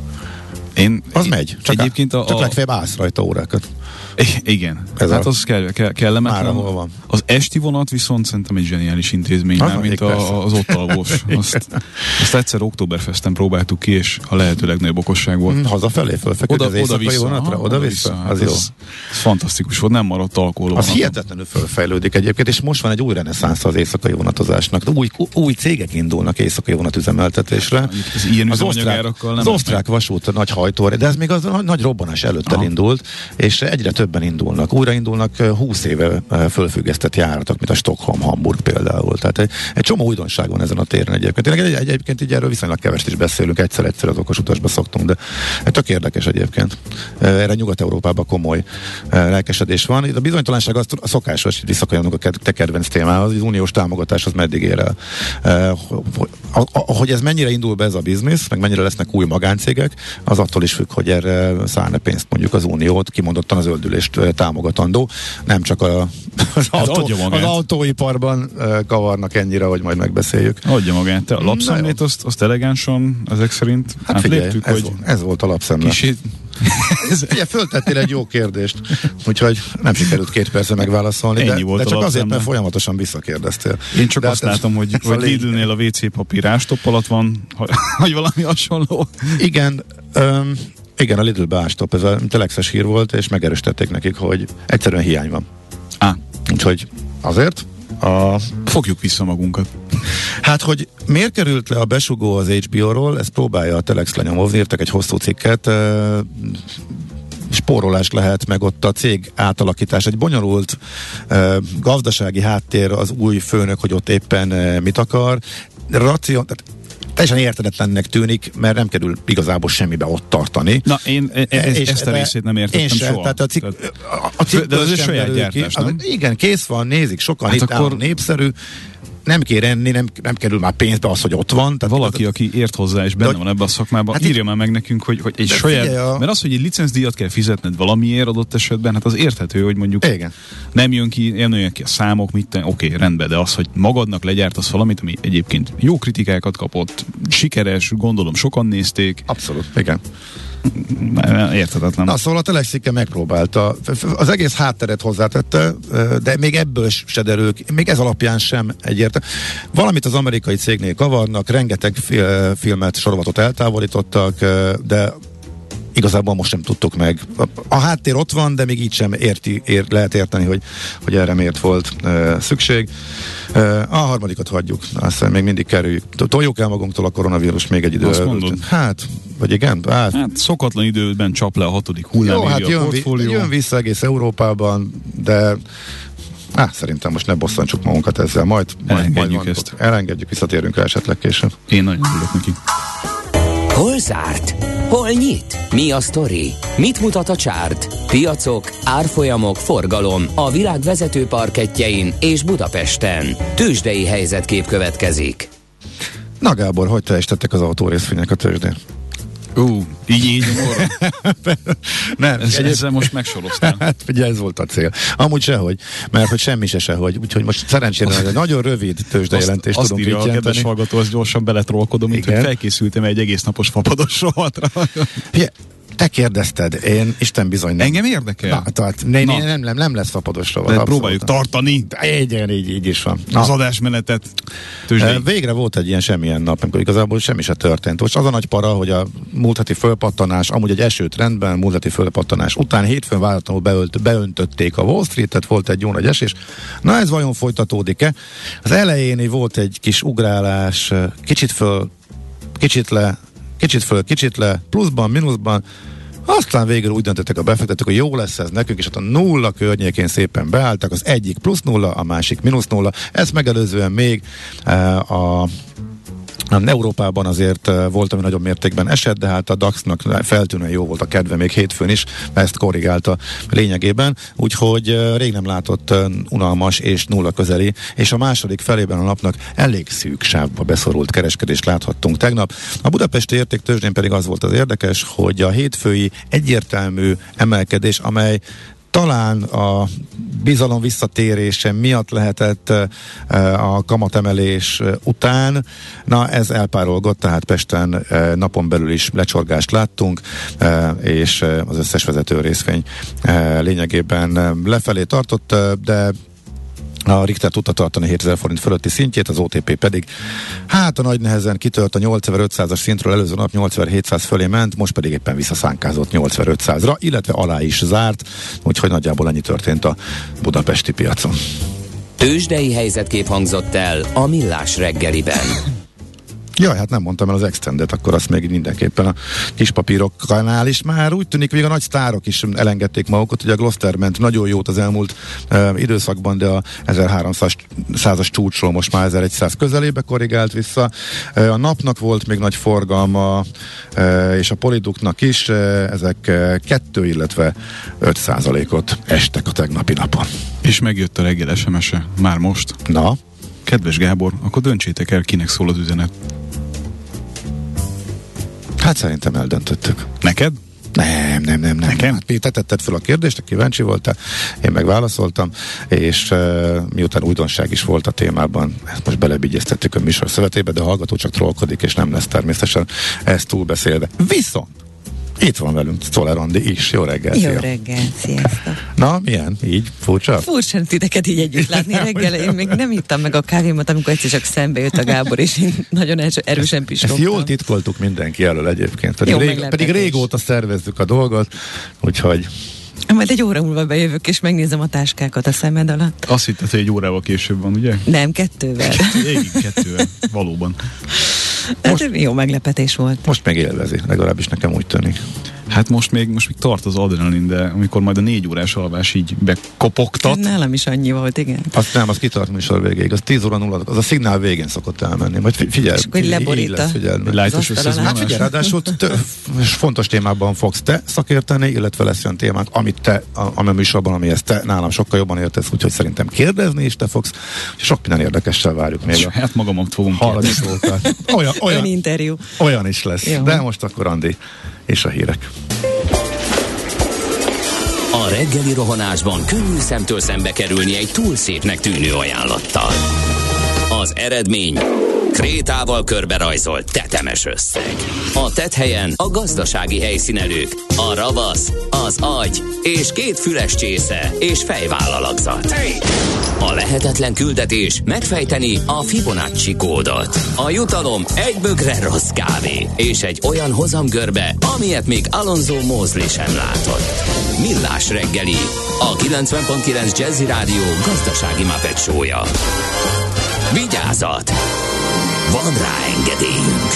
Én, az megy, csak, egyébként a, csak a... legfeljebb állsz rajta órákat. Igen, ez hát a... az kell, kell, kellemetlen. Már van. Az esti vonat viszont szerintem egy zseniális intézmény, az már mint a, az ott alvós. Azt, azt egyszer Oktoberfesten próbáltuk ki, és a lehető legnagyobb okosság volt. Mm, hazafelé fölfeküdt az éjszakai vonatra? Oda-vissza? Hát az, az fantasztikus volt, nem maradt alkohol. Az hihetetlenül fölfejlődik egyébként, és most van egy új reneszánsz az éjszakai vonatozásnak. Új, új cégek indulnak éjszakai vonatüzemeltetésre. Az ilyen az osztrák, az osztrák vasút nagy hajtóra, de ez még az nagy robbanás előtt elindult, és egyre többen indulnak. Újraindulnak húsz éve fölfüggesztett járatok, mint a Stockholm-Hamburg például. Tehát egy, egy csomó újdonság van ezen a téren egyébként. Tényleg egy, egy, egyébként így erről viszonylag keveset is beszélünk, egyszer-egyszer az okos utasba szoktunk, de tök érdekes egyébként. Erre Nyugat-Európában komoly lelkesedés van. A bizonytalanság az a szokásos, hogy visszakanyarodunk a te kedvenc témához, az uniós támogatás az meddig ér el. Hogy ez mennyire indul be ez a biznisz, meg mennyire lesznek új magáncégek, az attól is függ, hogy erre szállna pénzt mondjuk az uniót, kimondottan az öldülést támogatandó. Nem csak a, az, hát autó, az autóiparban kavarnak ennyire, hogy majd megbeszéljük. Adja magát. Te a lapszemlét azt, azt elegánsan ezek szerint hát figyelj, ez, hogy ez volt a lapszemle. Kicsit... Figyelj, föltettél egy jó kérdést, úgyhogy nem sikerült két percre megválaszolni, ennyi de, volt de csak azért, mert folyamatosan visszakérdeztél. Én csak de azt hát látom, hogy, hogy Lidlnél a vé cé papír ástop alatt van, vagy valami hasonló. Igen, um, igen, a Lidl-be ástop, ez a telexes hír volt, és megerősítették nekik, hogy egyszerűen hiány van. Á. Úgyhogy azért a... fogjuk vissza magunkat. Hát, hogy miért került le a besugó az há bé ó-ról, ezt próbálja a Telex lenyomozni, írtak egy hosszú cikket, e, spórolás lehet, meg ott a cég átalakítás, egy bonyolult e, gazdasági háttér, az új főnök, hogy ott éppen e, mit akar, ració, tehát teljesen értedetlennek tűnik, mert nem kerül igazából semmibe ott tartani. Na, én e, e, és ezt a részét nem értettem sem, soha. Tehát a cikk, a, a cikk de az egy saját gyártás, ki, nem? Az, igen, kész van, nézik, sokan hát itt akkor... áll, népszerű, nem kér enni, nem, nem kerül már pénzbe az, hogy ott van. Tehát valaki, tehát, aki ért hozzá és benne de, van ebben a szakmában, hát írja itt, már meg nekünk, hogy, hogy egy saját, a... mert az, hogy egy licencdíjat kell fizetned valamiért adott esetben, hát az érthető, hogy mondjuk igen. nem jön ki, nem jön ki a számok, mit, oké, okay, rendben, de az, hogy magadnak legyártasz valamit, ami egyébként jó kritikákat kapott, sikeres, gondolom sokan nézték. Abszolút, igen. Érthetetlen. Na, szóval a Telex-cikke megpróbálta. Az egész hátteret hozzátette, de még ebből se derül, még ez alapján sem egyértelmű. Valamit az amerikai cégnél kavarnak, rengeteg filmet, sorozatot eltávolítottak, de igazából most sem tudtuk meg. A háttér ott van, de még így sem érti, ér, lehet érteni, hogy, hogy erre miért volt uh, szükség. Uh, a harmadikat hagyjuk, aztán még mindig kerüljük. Toljuk el magunktól a koronavírus még egy idő. Azt mondod? Hát, vagy igen? Hát, hát szokatlan időben csap le a hatodik hullám. Jó, hát jön, vi- jön vissza egész Európában, de Á, szerintem most ne bosszantsuk magunkat ezzel, majd, majd, elengedjük majd ezt. Elengedjük, visszatérünk el esetleg később. Én nagyon örülök neki. Hol zárt? Hol nyit? Mi a sztori? Mit mutat a csárt? Piacok, árfolyamok, forgalom a világ vezető parkettjein és Budapesten. Tőzsdei helyzetkép következik. Na Gábor, hogy teljesítettek az autórészvények a tőzsdén? Ú, uh, így így morra. Nem, ez, egy, ezzel most megsoroztál. Hát ugye ez volt a cél. Amúgy sehogy, mert hogy semmi se sehogy. Úgyhogy most szerencsére egy nagyon rövid tőzsdejelentést azt, tudunk azt írja így a kedves hallgató, azt gyorsan beletrolkodom, mint hogy felkészültem egy egész napos fapados rovatra. Ugye, Te kérdezted, én Isten bizony nem. Engem érdekel. Na, tehát ne, ne, nem, nem, nem lesz fapadosra. De próbáljuk tartani. Igen, így, így is van. Na. Az adásmenetet. Tőzsdei. Végre volt egy ilyen semmilyen nap, amikor igazából semmi se történt. Most az a nagy para, hogy a múlt heti fölpattanás, amúgy egy esőtrendben, múlt heti fölpattanás után hétfőn váratlanul beölt, beöntötték a Wall Street-et, volt egy jó nagy esés. Na ez vajon folytatódik-e? Az elején volt egy kis ugrálás, kicsit föl, kicsit le, kicsit föl, kicsit le, pluszban, mínuszban, aztán végül úgy döntöttek a befektetők, hogy jó lesz ez nekünk, és hát a nulla környékén szépen beálltak, az egyik plusz nulla, a másik mínusz nulla, ezt megelőzően még uh, a Európában azért volt, ami nagyobb mértékben esett, de hát a daxnak feltűnően jó volt a kedve még hétfőn is, ezt korrigálta lényegében, úgyhogy rég nem látott unalmas és nulla közeli, és a második felében a napnak elég szűk sávba beszorult kereskedést láthattunk tegnap. A budapesti értéktőzsdén pedig az volt az érdekes, hogy a hétfői egyértelmű emelkedés, amely talán a bizalom visszatérése miatt lehetett a kamatemelés után. Na, ez elpárolgott, tehát Pesten napon belül is lecsorgást láttunk, és az összes vezető részvény lényegében lefelé tartott, de a Richter tudta tartani hétezer forint fölötti szintjét, az o té pé pedig hát a nagy nehezen kitört a nyolcezer-ötszázas szintről, előző nap nyolcezer-hétszáz fölé ment, most pedig éppen visszaszánkázott nyolcezer-ötszázra, illetve alá is zárt, úgyhogy nagyjából ennyi történt a budapesti piacon. Tőzsdei helyzetkép hangzott el a Millás reggeliben. Jaj, hát nem mondtam el az Extendet, akkor azt még mindenképpen a kispapíroknál is már úgy tűnik, még a nagy sztárok is elengedték magukat, ugye a Gloster ment nagyon jót az elmúlt uh, időszakban, de a ezerháromszázas csúcsról most már ezerszáz közelébe korrigált vissza. Uh, a napnak volt még nagy forgalma, uh, és a Polyduknak is, uh, ezek uh, kettő, illetve öt százalékot estek a tegnapi napon. És megjött a reggel es em es-e, már most. Na? Kedves Gábor, akkor döntsétek el, kinek szól az üzenet. Hát szerintem eldöntöttük. Neked? Nem, nem, nem, nem. Nekem? Hát, te tetted fel a kérdést, kíváncsi voltál, én meg válaszoltam, és uh, miután újdonság is volt a témában, ezt most belebigyeztettük a műsor szövetébe, de a hallgató csak trollkodik, és nem lesz természetesen ezt túlbeszélve. Viszont itt van velünk Czoller Andi is. Jó reggel. Jó szia. reggel, sziasztok. Na, milyen? Így? Furcsa? Furcsa titeket így együtt látni reggel. Én még nem ittam meg a kávémat, amikor egyszer csak szembe jött a Gábor, és én nagyon erősen pislogtam. Ezt jól titkoltuk mindenki elől egyébként. Pedig, Jó rég, pedig régóta szervezzük a dolgot, úgyhogy... Majd egy óra múlva bejövök, és megnézem a táskákat a szemed alatt. Azt hitted, hogy egy órával később van, ugye? Nem, kettővel. Igen, kettővel. Valóban. Hát most, jó meglepetés volt. Most meg élvezi, legalábbis nekem úgy tűnik. Hát most még, most még tart az adrenalin, de amikor majd a négy órás alvás így bekopogtat. Nálam is annyi volt, igen. Azt nem, az kitart műsor végéig, az tíz óra nulla, az a szignál végén szokott elmenni. Majd figyelj, és akkor leborít lájtos összezvonás. Hát figyelj, ráadásul fontos témában fogsz te szakérteni, illetve lesz olyan témák, amit te, a, a műsorban, amihez te nálam sokkal jobban értesz, úgyhogy szerintem kérdezni is te fogsz, és sok minden érdekessel várjuk még. Hát magamat fogom kérdezni. Olyan, olyan, interjú. Olyan is lesz. Jó. De most akkor Andi és a hírek. A reggeli rohanásban könnyű szemtől szembe kerülni egy túl szépnek tűnő ajánlattal. Az eredmény krétával körberajzolt tetemes összeg. A tetthelyen a gazdasági helyszínelők, a ravasz, az agy és két füles csésze és fejvállalakzat. A lehetetlen küldetés megfejteni a Fibonacci kódot. A jutalom egy bögre rossz kávé és egy olyan hozamgörbe, amilyet még Alonso Mosley sem látott. Millás reggeli, a kilencven pont kilenc Jazzy Rádió gazdasági Muppet show-ja. Vigyázat! Van rá engedélyünk!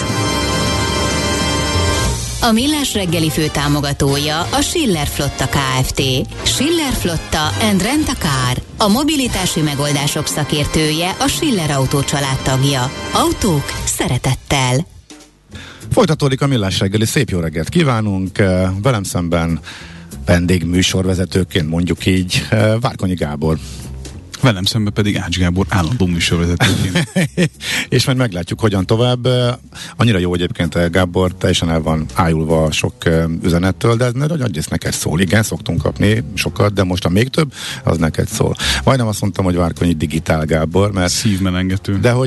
A Millás reggeli főtámogatója a Schiller Flotta Kft. Schiller Flotta and Rent a Car. A mobilitási megoldások szakértője, a Schiller Autó családtagja. Autók szeretettel. Folytatódik a Millás reggeli, szép jó reggelt kívánunk. Velem szemben vendég műsorvezetőként, mondjuk így, Várkonyi Gábor. Velem szemben pedig Ács Gábor állandó műsorvezetőként. És majd meglátjuk, hogyan tovább. Annyira jó egyébként, Gábor, teljesen el van ájulva sok üzenettől, de ez nagyrészt neked szól. Igen, szoktunk kapni sokat, de most a még több, az neked szól. Majdnem azt mondtam, hogy Várkonyi digitál Gábor, mert... Szívmelengető. De hogy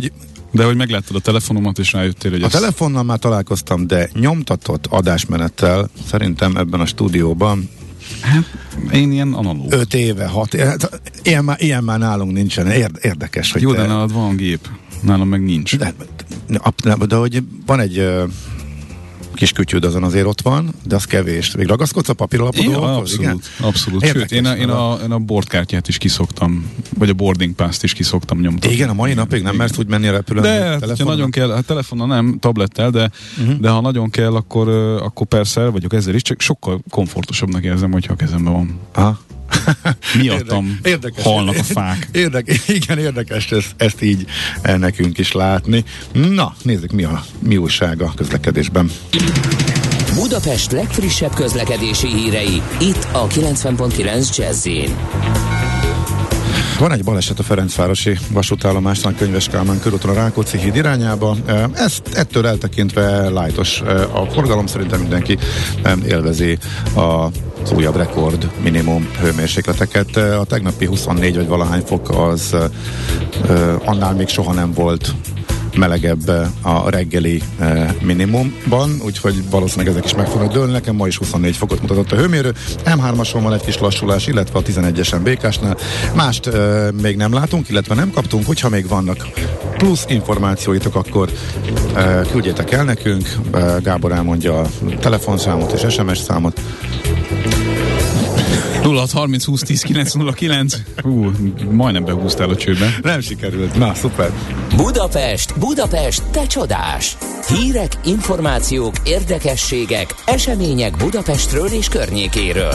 De hogy megláttad a telefonomat, és rájöttél, hogy A ez... telefonnal már találkoztam, de nyomtatott adásmenettel szerintem ebben a stúdióban Hát, én ilyen analóg. öt éve, hat éve, ilyen már, ilyen már nálunk nincsen. Érdekes, hogy Jó, te... de nálad van gép. Nálam meg nincs. De, de, de, de hogy van egy uh, kis kütyűd, azon azért ott van, de az kevés. Még ragaszkodsz a papíralapú dolgokhoz? Abszolút, igen? abszolút. Érdekes, Sőt, én a, én, a, én a boardkártyát is kiszoktam, vagy a boarding pass-t is kiszoktam nyomtatni. Igen, a mai napig nem mersz úgy menni a repülőn? De, ha nagyon kell, hát telefonnal nem, tablettel, de, uh-huh. de ha nagyon kell, akkor, akkor persze vagyok ezzel is, csak sokkal komfortosabbnak érzem, hogyha a kezemben van. Aha. Miattam érdekes, halnak a fák. Érdekes, igen, érdekes ezt, ezt így nekünk is látni. Na, nézzük, mi a mi újság a közlekedésben. Budapest legfrissebb közlekedési hírei, itt a kilencven pont kilenc Jazz-in. Van egy baleset a Ferencvárosi vasútállomásnál, Könyves Kálmán körúton a Rákóczi híd irányába. Ezt ettől eltekintve lájtos a forgalom, szerintem mindenki élvezi az újabb rekord minimum hőmérsékleteket. A tegnapi huszonnégy vagy valahány fok az annál még soha nem volt melegebb a reggeli minimumban, úgyhogy valószínűleg ezek is meg fognak dőlni. Nekem ma is huszonnégy fokot mutatott a hőmérő. em hármason van egy kis lassulás, illetve a tizenegyesen bé ká-snál. Mást uh, még nem látunk, illetve nem kaptunk, hogyha még vannak plusz információitok, akkor uh, küldjétek el nekünk. Uh, Gábor elmondja a telefonszámot és es em es számot. nulla hat harminc húsz tíz kilenc nulla kilenc. Hú, majdnem behúztál a csőbe. Nem sikerült. Na, szuper. Budapest, Budapest, te csodás! Hírek, információk, érdekességek, események Budapestről és környékéről.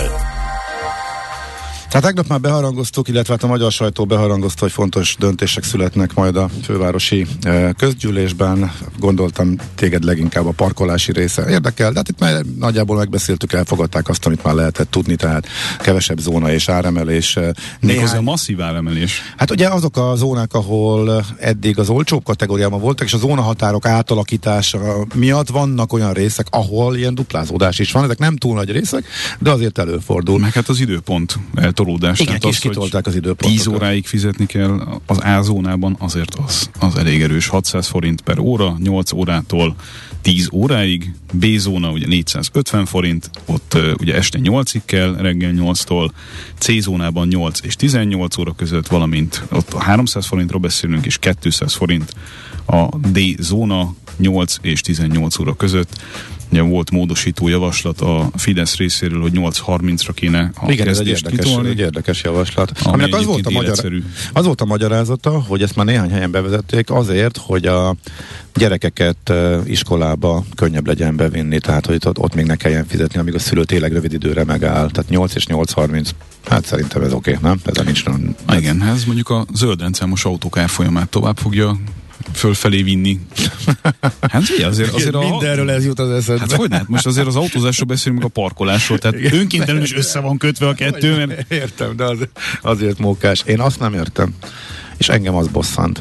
Hát tegnap már beharangoztuk, illetve hát a magyar sajtó beharangozta, hogy fontos döntések születnek majd a fővárosi e, közgyűlésben. Gondoltam téged leginkább a parkolási része érdekel, de hát itt már nagyjából megbeszéltük, elfogadták azt, amit már lehetett tudni, tehát kevesebb zóna és áremelés. Méghozzá masszív áremelés. Hát ugye azok a zónák, ahol eddig az olcsóbb kategóriában voltak, és a zónahatárok átalakítása miatt vannak olyan részek, ahol ilyen duplázódás is van. Ezek nem túl nagy részek, de azért előfordul. Meg hát az időpont eltolódás. Igen, az, kitolták az időpontokat. tíz óráig fizetni kell az A zónában, azért az, az elég erős. hatszáz forint per óra, nyolc órától tíz óráig, B zóna ugye négyszázötven forint, ott uh, ugye este nyolcig kell, reggel nyolctól, C zónában nyolc és tizennyolc óra között, valamint ott a háromszáz forintról beszélünk, és kétszáz forint a D zóna nyolc és tizennyolc óra között. Ugye volt módosító javaslat a Fidesz részéről, hogy nyolc harmincra kéne a Igen, ez egy érdekes, kitolni. egy érdekes javaslat. Ami Aminek az volt, a magyar, az volt a magyarázata, hogy ezt már néhány helyen bevezették azért, hogy a gyerekeket uh, iskolába könnyebb legyen bevinni, tehát hogy ott, ott még ne kelljen fizetni, amíg a szülő tényleg rövid időre megáll. Tehát nyolc és nyolc harminc, hát szerintem ez oké, nem? Ez nincs nem. Ez... Igen, ez mondjuk a zöld rendszámos autók árfolyamát tovább fogja fölfelé vinni. Hát ugye azért, azért a... Mindenről ez jut az eszedbe. Hát hogy hát most azért az autózásról beszélünk, meg a parkolásról, tehát igen, önkéntelenül is össze van kötve a kettő. Mert... Értem, de az, azért mókás. Én azt nem értem, és engem az bosszant.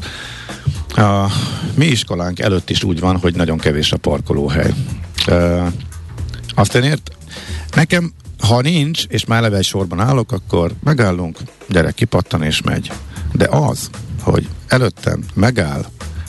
A mi iskolánk előtt is úgy van, hogy nagyon kevés a parkolóhely. E, azt én ért, nekem, ha nincs, és már eleve egy sorban állok, akkor megállunk, gyerek kipattan és megy. De az, hogy előttem megáll,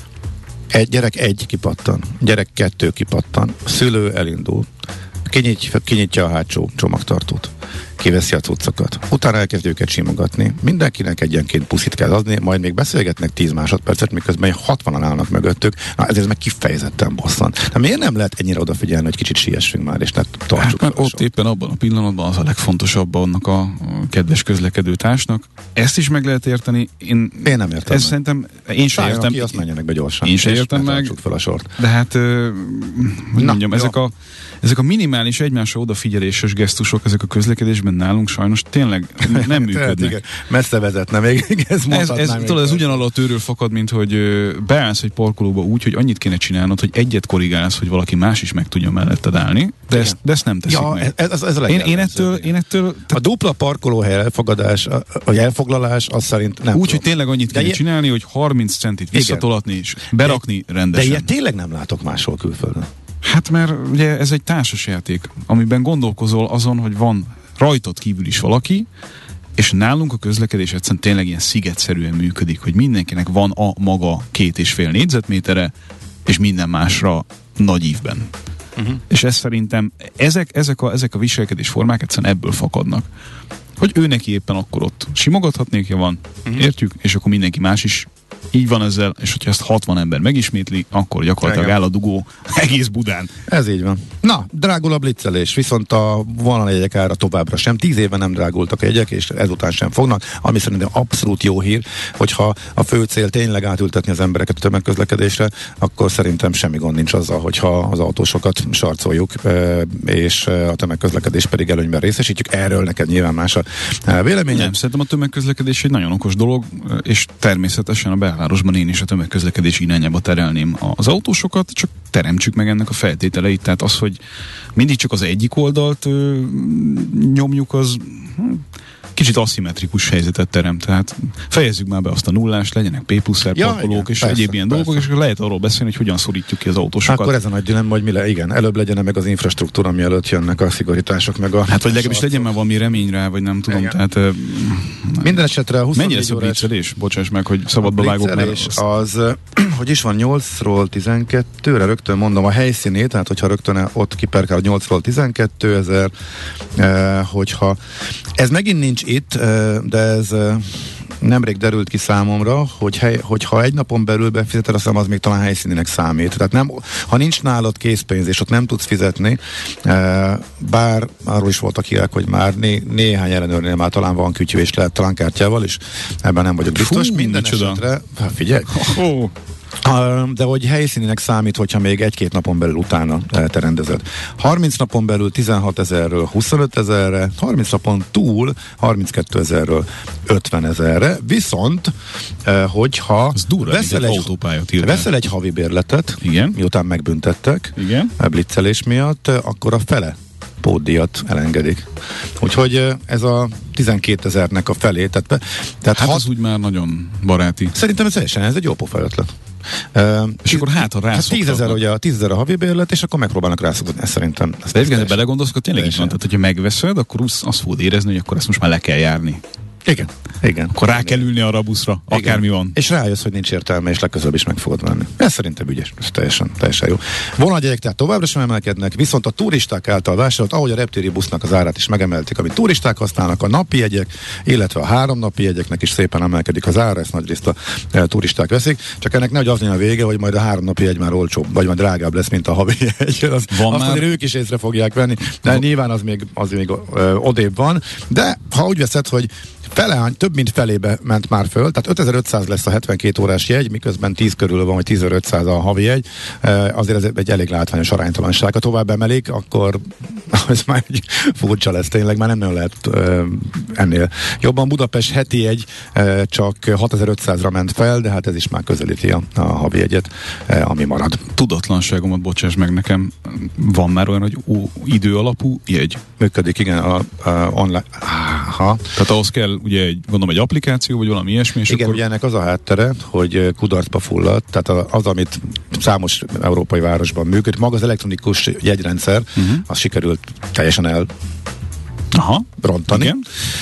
egy gyerek egy kipattan, gyerek kettő kipattan, szülő elindul, kinyitja, kinyitja a hátsó csomagtartót, kiveszi a cuccokat, utána elkezd őket simogatni, mindenkinek egyenként puszit kell adni, majd még beszélgetnek tíz másodpercet, miközben hatvanan állnak mögöttük, na ezért meg kifejezetten bosszant. De miért nem lehet ennyire odafigyelni, hogy kicsit siessünk már, és ne tartsuk? Hát, mert ott éppen abban a pillanatban az a legfontosabb annak a kedves közlekedő társnak. Ezt is meg lehet érteni. Én, én nem értem. Ez szerintem, én sem értem. Ki, azt menjenek be gyorsan. Én sem értem meg. Fel a sort. De hát, hogy mondjam, ezek a, ezek a minimális egymásra odafigyeléses gesztusok, ezek a közlekedésben nálunk sajnos tényleg nem működnek. Messze vezetne még, ez mondhatnám. Ez, ez, tudod, ez ugyanalól a tőről fakad, mint hogy beállsz egy parkolóba úgy, hogy annyit kéne csinálnod, hogy egyet korrigálsz, hogy valaki más is meg tudja melletted állni, de ezt, de ezt nem teszik ja, meg. Ez, ez, ez a én, én ettől, én ettől a dupla parkolóhely elfogadás, vagy elfoglalás, az szerint nem úgy, hogy tényleg annyit kéne ilyen... csinálni, hogy harminc centit visszatolatni és berakni de, rendesen. De ilyet tényleg nem látok máshol külföldön. Hát mert ugye ez egy társasjáték, amiben gondolkozol azon, hogy van rajtad kívül is valaki, és nálunk a közlekedés egyszerűen tényleg ilyen szigetszerűen működik, hogy mindenkinek van a maga két és fél négyzetmétere, és minden másra nagy ívben. Uh-huh. És ez szerintem, ezek, ezek, a, ezek a viselkedés formák egyszerűen ebből fakadnak. Hogy ő neki éppen akkor ott simogathatnékja van, uh-huh. értjük, és akkor mindenki más is így van ezzel, és hogyha ezt hatvan ember megismétli, akkor gyakorlatilag áll a dugó egész Budán. Ez így van. Na, drágul a blitzelés, viszont a vonaljegyek ára továbbra sem. Tíz éve nem drágultak a jegyek, és ezután sem fognak, ami szerintem abszolút jó hír, hogyha a fő cél tényleg átültetni az embereket a tömegközlekedésre, akkor szerintem semmi gond nincs azzal, hogyha az autósokat sarcoljuk, és a tömegközlekedés pedig előnyben részesítjük. Erről neked nyilván más a véleményem. Nem, szerintem a tömegközlekedés egy nagyon okos dolog, és természetesen a belvárosban én is a tömegközlekedés irányába terelném az autósokat, csak teremtsük meg ennek a feltételeit. Tehát az, hogy mindig csak az egyik oldalt ö, nyomjuk, az hm, kicsit aszimmetrikus helyzetet teremt. Tehát fejezzük már be azt a nullást, legyenek P plusz R ja, parkolók és persze, egyéb ilyen persze. dolgok, és lehet arról beszélni, hogy hogyan szorítjuk ki az autósokat. Akkor ez a nagy dilemma, hogy mi le, igen, előbb legyen meg az infrastruktúra, mielőtt jönnek a szigorítások, meg a... Hát vagy legalábbis legyen már valami remény rá, vagy nem tudom, igen. tehát... Uh, minden esetre a huszonnégy mennyire lesz a blitzelés? Bocsáss meg, hogy szabadba vágok, mert... az, hogy is van, nyolcról tizenkettőre, rögtön mondom a helyszínét, tehát hogyha rögtön ott kiperkál nyolcról tizenkettő ezer, eh, hogyha... Ez megint nincs itt, de ez nemrég derült ki számomra, hogy hely, hogyha egy napon belül befizeted, azt hiszem, az még talán helyszínének számít. Tehát nem, ha nincs nálad készpénz, és ott nem tudsz fizetni, bár arról is voltak hírek, hogy már né, néhány ellenőrnél már talán van kütyű, és lehet talán kártyával is, ebben nem vagyok biztos. Fú, minden esetre, hát figyelj, oh. de hogy helyszínének számít, hogyha még egy-két napon belül utána te rendezed. harminc napon belül tizenhat ezerről huszonöt ezerre, harminc napon túl harminckettő ezerről ötven ezerre, viszont hogyha durva, veszel, egy, veszel egy havi bérletet, igen, miután megbüntettek igen, a blitzelés miatt, akkor a fele pótdíjat elengedik. Úgyhogy ez a tizenkétezernek a felé. Tehát, tehát hát hat, az úgy már nagyon baráti. Szerintem ez teljesen, ez egy jó pofa ötlet. Uh, és akkor hát, ha rászoktak. tízezer ugye a tízezer a havi bérlet, és akkor megpróbálnak rászokni. Ez szerintem. Ez de egyébként, ha belegondolsz, akkor tényleg is van. Tehát, hogyha megveszed, akkor azt fogod érezni, hogy akkor ezt most már le kell járni. Igen, igen. Akkor rá kell ülni arra a buszra, igen, akármi van. És rájössz, hogy nincs értelme, és legközelebb is meg fogod venni. Ez szerintem ügyes, ez teljesen, teljesen jó. Vonatjegyek tehát továbbra sem emelkednek, viszont a turisták által vásárolt, ahogy a reptéri busznak az árát is megemelték, amit turisták használnak, a napi jegyek, illetve a három napi jegyeknek is szépen emelkedik az ára, ezt nagyrészt a e, turisták veszik. Csak ennek nehogy az legyen a vége, hogy majd a három napi jegy már olcsóbb, vagy majd drágább lesz, mint a havi jegy. Az, azt már... azért ők is észre fogják venni, de van. Nyilván az még, az még ö, odébb van. De ha úgy veszed, hogy felehány, több mint felébe ment már föl, tehát ötezer-ötszáz lesz a hetvenkét órás jegy, miközben tíz körül van, vagy tízezer-ötszáz a havi jegy, azért ez egy elég látványos aránytalanság. Ha tovább emelik, akkor ez már egy furcsa lesz, tényleg már nem nagyon lehet ennél. Jobban Budapest heti jegy csak hatezer-ötszázra ment fel, de hát ez is már közelíti a, a havi jegyet, ami marad. Tudatlanságomat bocsáss meg nekem, van már olyan, hogy ó, idő alapú jegy? Működik, igen, a, a online. Aha. Tehát ahhoz kell ugye egy, gondolom egy applikáció, vagy valami ilyesmi, és igen, akkor... ugye ennek az a háttere, hogy kudarcba fulladt, tehát az, amit számos európai városban működik, maga az elektronikus jegyrendszer, uh-huh. az sikerült teljesen el Aha. rontani. Igen.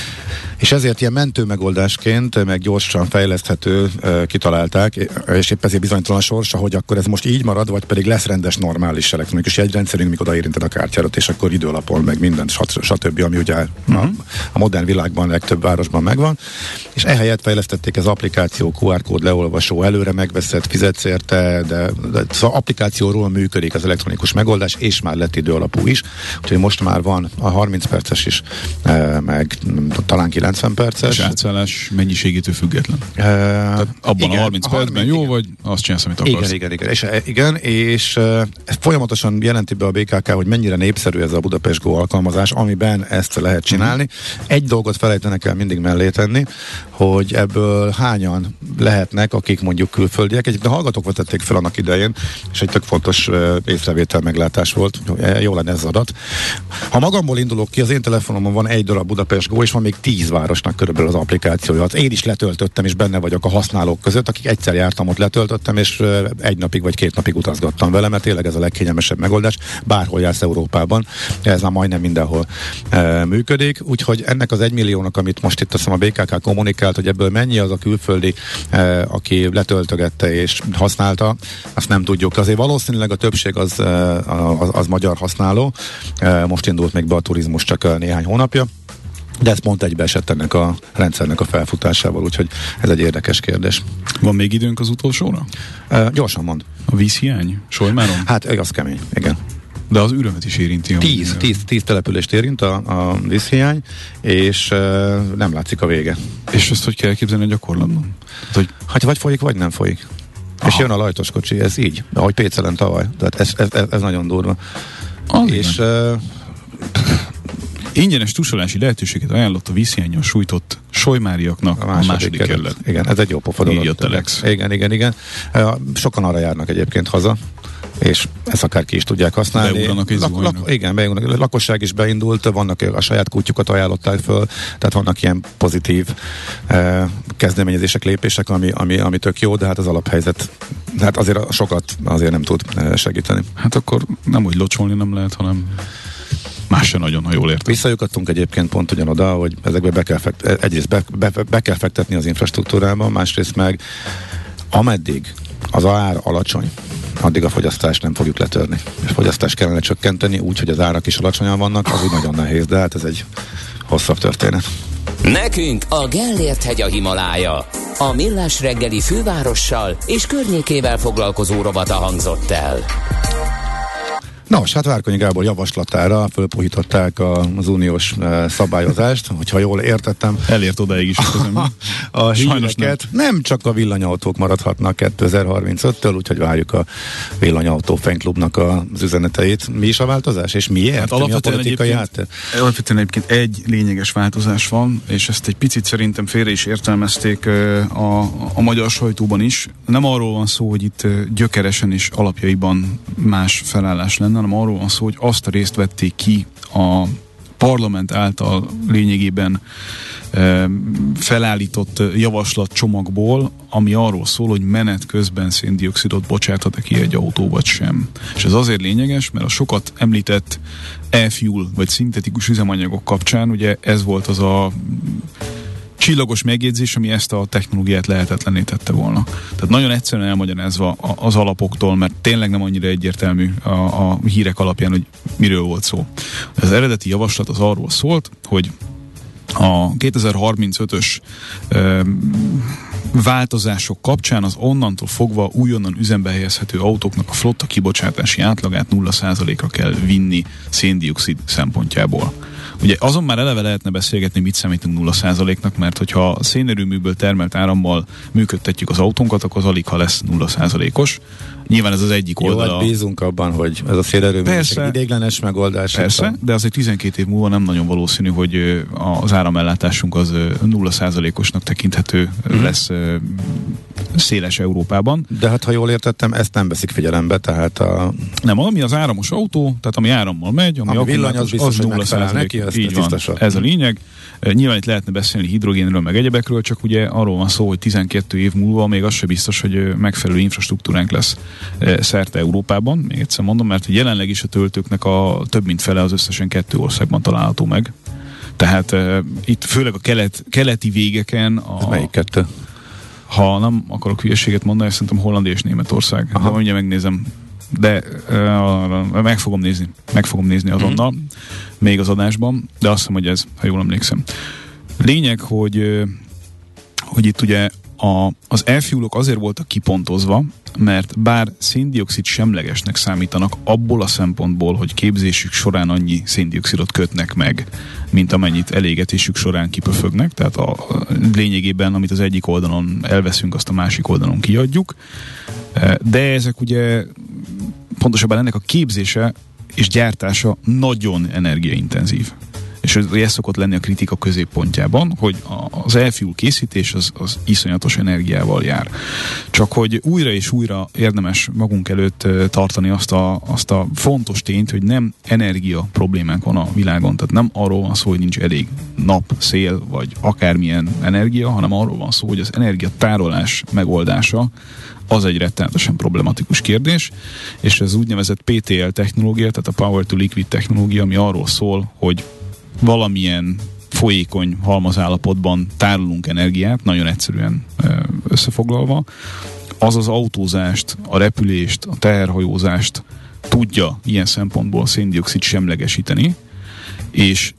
És ezért ilyen mentő megoldásként, meg gyorsan fejleszthető uh, kitalálták, és épp ezért bizonytalan sorsa, hogy akkor ez most így marad, vagy pedig lesz rendes, normális elektronikus jegyrendszerünk, mikor odaérinted a kártyárat, és akkor idő alapon meg mindent, stb., ami ugye uh-huh. a, a modern világban, legtöbb városban megvan. És ehelyett fejlesztették az applikáció, kú er kód leolvasó, előre megveszed, fizetsz érte, de, de szóval applikációról működik az elektronikus megoldás, és már lett idő alapú is. Úgyhogy most már van a harminc perces is, uh, meg talán kilencven perces. És átszállás mennyiségétől független. Uh, Tehát abban igen, a harminc percben jó, igen. Vagy azt csinálsz, amit akarsz. Igen, igen, igen. És, igen, és uh, folyamatosan jelenti be a bé ká ká, hogy mennyire népszerű ez a Budapest Go alkalmazás, amiben ezt lehet csinálni. Uh-huh. Egy dolgot felejtenek el mindig mellé tenni, hogy ebből hányan lehetnek, akik mondjuk külföldiek. Egyébként a hallgatók vetették fel annak idején, és egy tök fontos uh, észrevétel meglátás volt. Jó lenne ez az adat. Ha magamból indulok ki, az én telefonomon van egy darab Budapest Go, és van még tíz vár fővárosnak körülbelül az applikációja. Az én is letöltöttem, és benne vagyok a használók között, akik egyszer jártam, ott letöltöttem, és egy napig vagy két napig utazgattam vele, mert tényleg ez a legkényelmesebb megoldás, bárhol jársz Európában, ez már majdnem mindenhol e, működik, úgyhogy ennek az egymilliónak, amit most itt azt hiszem a bé ká ká kommunikált, hogy ebből mennyi az a külföldi, e, aki letöltögette és használta, azt nem tudjuk. Azért valószínűleg a többség az, az, az magyar használó, e, most indult még be a turizmus csak néhány hónapja, de ez pont egybeesett ennek a rendszernek a felfutásával, úgyhogy ez egy érdekes kérdés. Van még időnk az utolsóra? E, gyorsan mond. A vízhiány? Solymáron? Hát az kemény, igen. De az ürömet is érinti. Tíz, tíz, tíz települést érint a, a vízhiány, és e, nem látszik a vége. És ezt hogy kell elképzelni a gyakorlatban? Hát, hogy... hát vagy folyik, vagy nem folyik. Aha. És jön a lajtoskocsi, ez így, ahogy Pécelen tavaly. Tehát ez, ez, ez, ez nagyon durva. Az és e, ingyenes tusolási lehetőséget ajánlott a vízhiányon sújtott solymáriaknak a második, a második kerület. Igen, ez egy jó pofa dolog. Így jött a Lex. Igen, igen, igen. Sokan arra járnak egyébként haza, és ezt akár ki is tudják használni. Beugranak egy lak, lak, Igen, beugranak. A lakosság is beindult, vannak a saját kutyukat ajánlották föl, tehát vannak ilyen pozitív eh, kezdeményezések, lépések, ami, ami, ami tök jó, de hát az alaphelyzet, hát azért sokat azért nem tud segíteni. Hát akkor nem úgy locsolni nem lehet, hanem más se nagyon, ha jól értem. Visszajukadtunk egyébként pont ugyanoda, hogy ezekbe be kell fektetni, egyrészt be, be, be kell fektetni az infrastruktúrában, másrészt meg ameddig az ár alacsony, addig a fogyasztást nem fogjuk letörni. És fogyasztást kellene csökkenteni, úgy, hogy az árak is alacsonyan vannak, az úgy nagyon nehéz, de hát ez egy hosszabb történet. Nekünk a Gellért hegy a Himalája. A Millás reggeli fővárossal és környékével foglalkozó rovata hangzott el. Nos, hát Várkonyi Gábor javaslatára fölpuhították az uniós uh, szabályozást, hogyha jól értettem. Elért odáig is. A, a híreket nem. nem csak a villanyautók maradhatnak kétezer-harmincöttől, úgyhogy várjuk a villanyautó fanklubnak az üzeneteit. Mi is a változás, és miért? Hát alapvetően, Mi a egyébként, alapvetően egyébként egy lényeges változás van, és ezt egy picit szerintem félre is értelmezték a, a magyar sajtóban is. Nem arról van szó, hogy itt gyökeresen és alapjaiban más felállás lenne, hanem arról van szó, hogy azt a részt vették ki a parlament által lényegében e, felállított javaslatcsomagból, ami arról szól, hogy menet közben széndioxidot bocsáthat-e ki egy autó vagy sem. És ez azért lényeges, mert a sokat említett e-fuel vagy szintetikus üzemanyagok kapcsán, ugye ez volt az a csillagos megjegyzés, ami ezt a technológiát lehetetlenné tette volna. Tehát nagyon egyszerűen elmagyarázva az alapoktól, mert tényleg nem annyira egyértelmű a, a hírek alapján, hogy miről volt szó. Az eredeti javaslat az arról szólt, hogy a kétezer-harmincötös ö, változások kapcsán az onnantól fogva újonnan üzembe helyezhető autóknak a flotta kibocsátási átlagát nulla százalékra kell vinni széndioxid szempontjából. Ugye azon már eleve lehetne beszélgetni, mit számítunk nulla százaléknak, mert hogyha szénerőműből termelt árammal működtetjük az autónkat, akkor az alig, ha lesz nulla százalékos. Nyilván ez az egyik oldala. Jó, hát bízunk abban, hogy ez a szélerőmű egy idéglenes megoldás. Persze, de azért tizenkét év múlva nem nagyon valószínű, hogy az áramellátásunk az nulla százalékosnak tekinthető mm. lesz széles Európában. De hát, ha jól értettem, ezt nem veszik figyelembe, tehát a... Nem, ami az áramos autó, tehát ami árammal megy, ami, ami villany, az, biztos, az nulla százalék. Neki, így van, ez a lényeg. Nyilván itt lehetne beszélni hidrogénről, meg egyebekről, csak ugye arról van szó, hogy tizenkét év múlva még az se biztos, hogy megfelelő infrastruktúránk lesz szerte Európában. Még egyszer mondom, mert jelenleg is a töltőknek a több mint fele az összesen kettő országban található meg. Tehát uh, itt főleg a kelet, keleti végeken a... Ez melyik kettő? Ha nem akarok hülyeséget mondani, szerintem Hollandia és Németország. Aha. De mindjárt megnézem. De uh, meg fogom nézni. Meg fogom nézni azonnal. Mm-hmm. Még az adásban. De azt hiszem, hogy ez, ha jól emlékszem. Lényeg, hogy, hogy itt ugye a, az e-fuelok azért voltak kipontozva, mert bár széndioxid semlegesnek számítanak abból a szempontból, hogy képzésük során annyi széndioxidot kötnek meg, mint amennyit elégetésük során kipöfögnek, tehát a, a lényegében, amit az egyik oldalon elveszünk, azt a másik oldalon kiadjuk. De ezek ugye pontosabban ennek a képzése és gyártása nagyon energiaintenzív. És és ez szokott lenni a kritika középpontjában, hogy az e-fuel készítés az, az iszonyatos energiával jár. Csak hogy újra és újra érdemes magunk előtt tartani azt a, azt a fontos tényt, hogy nem energia problémánk van a világon, tehát nem arról van szó, hogy nincs elég nap, szél, vagy akármilyen energia, hanem arról van szó, hogy az energiatárolás megoldása az egy rettenetesen problematikus kérdés, és ez úgynevezett pé té el technológia, tehát a Power to Liquid technológia, ami arról szól, hogy valamilyen folyékony halmazállapotban tárolunk energiát, nagyon egyszerűen összefoglalva, az az autózást, a repülést, a teherhajózást tudja ilyen szempontból széndioxid semlegesíteni, és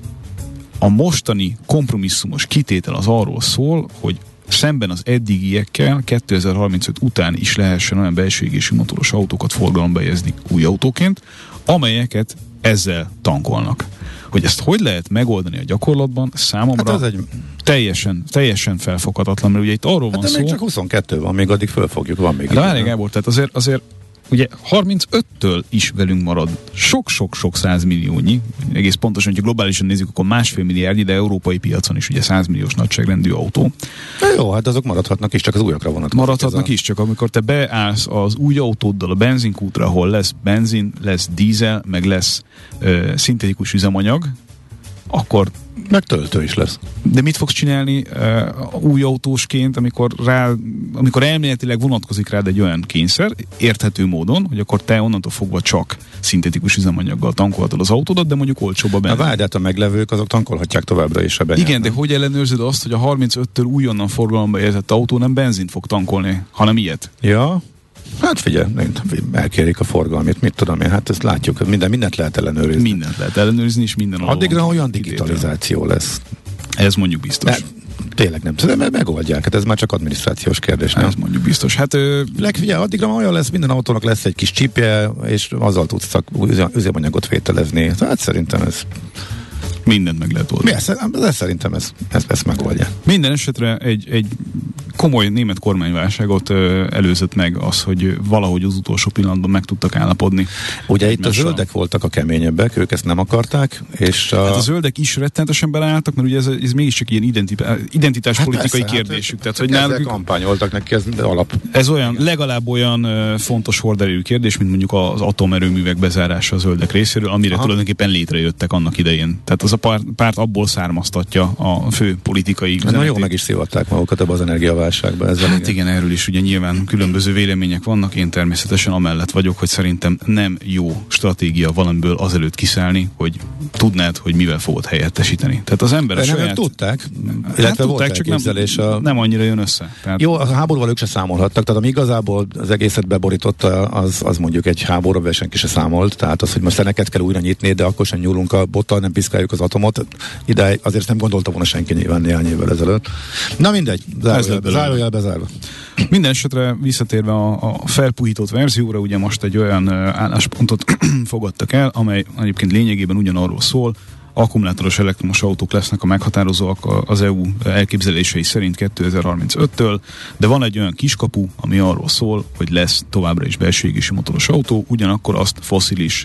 a mostani kompromisszumos kitétel az arról szól, hogy szemben az eddigiekkel kétezer-harmincöt után is lehessen olyan belső égésű motoros autókat forgalomba helyezni új autóként, amelyeket ezzel tankolnak. Hogy ezt hogy lehet megoldani a gyakorlatban, számomra hát egy... teljesen, teljesen felfoghatatlan, mert ugye itt arról hát van szó... még csak huszonkettő van, még addig fölfogjuk, van még. De várjál, Gábor, tehát azért, azért ugye harmincöttől is velünk marad sok-sok-sok százmilliónyi, egész pontosan, hogyha globálisan nézzük, akkor másfél milliárdnyi, de európai piacon is ugye százmilliós nagyságrendű autó. Na jó, hát azok maradhatnak is, csak az újakra vonatkozik. Maradhatnak is, csak amikor te beállsz az új autóddal a benzinkútra, ahol lesz benzin, lesz dízel, meg lesz ö, szintetikus üzemanyag, akkor... Meg töltő is lesz. De mit fogsz csinálni uh, új autósként, amikor, rá, amikor elméletileg vonatkozik rád egy olyan kényszer, érthető módon, hogy akkor te onnantól fogva csak szintetikus üzemanyaggal tankolhatod az autódat, de mondjuk olcsóbb a benzin. A várját, a meglevők azok tankolhatják továbbra is a benyert. Igen, de hogy ellenőrzöd azt, hogy a harmincöttől újonnan forgalomba helyezett autó nem benzint fog tankolni, hanem ilyet? Ja. Hát figyelj, elkérik a forgalmit, mit tudom én, hát ezt látjuk, minden, mindent lehet ellenőrizni. Mindent lehet ellenőrizni, és minden addigra olyan digitalizáció lesz. Ez mondjuk biztos. De, tényleg nem tudom, mert megoldják, hát ez már csak adminisztrációs kérdés, nem? Ez mondjuk biztos. Hát, ö... Legfigyelj, addigra már olyan lesz, minden autónak lesz egy kis csipje, és azzal tudsz szak, üzemanyagot vételezni. Hát szerintem ez... Mindent meg lehet oldani. De szerintem ez, ez, ez megoldja. Minden esetre egy, egy komoly német kormányválságot ö, előzött meg az, hogy valahogy az utolsó pillanatban meg tudtak állapodni. Ugye itt a zöldek voltak a keményebbek, ők ezt nem akarták, és a... Hát a zöldek is rettenetesen beleálltak, mert ugye ez, ez mégiscsak ilyen identi, identitáspolitikai hát kérdésük. Hát, tehát, hogy ezzel náluk... kampányoltak neki, ez alap. Ez olyan, legalább olyan ö, fontos horderejű kérdés, mint mondjuk az atomerőművek bezárása a zöldek részéről, amire Aha. tulajdonképpen létrejöttek annak idején. Tehát az a párt, párt abból származtatja a fő politikai üzenetét. Na jó, meg is szivatták magukat ebbe az energiaválságba. Ezzel hát igen. igen, erről is ugye nyilván különböző vélemények vannak. Én természetesen amellett vagyok, hogy szerintem nem jó stratégia valamiből azelőtt kiszállni, hogy tudnád, hogy mivel fogod helyettesíteni. Tehát az emberek saját... Nem tudták, hát illetve tudták, csak nem, a... nem annyira jön össze. Tehát... Jó, a háborúval ők se számolhattak, tehát ami igazából az egészet beborította, az, az mondjuk egy háború, senki se számolt, tehát az, hogy most szeneket kell újra nyitni, de akkor sem nyúlunk a bottal, nem piszkáljuk az atomot. Ide azért nem gondolta volna senki nyilván néhány évvel ezelőtt. Na mindegy, zárójelbe, zárójelbe zárva. Minden esetre visszatérve a, a felpuhított verzióra, ugye most egy olyan álláspontot fogadtak el, amely egyébként lényegében ugyanarról szól, akkumulátoros elektromos autók lesznek a meghatározóak az é u elképzelései szerint kétezer-harmincöttől, de van egy olyan kiskapu, ami arról szól, hogy lesz továbbra is belső égésű motoros autó, ugyanakkor azt fosszilis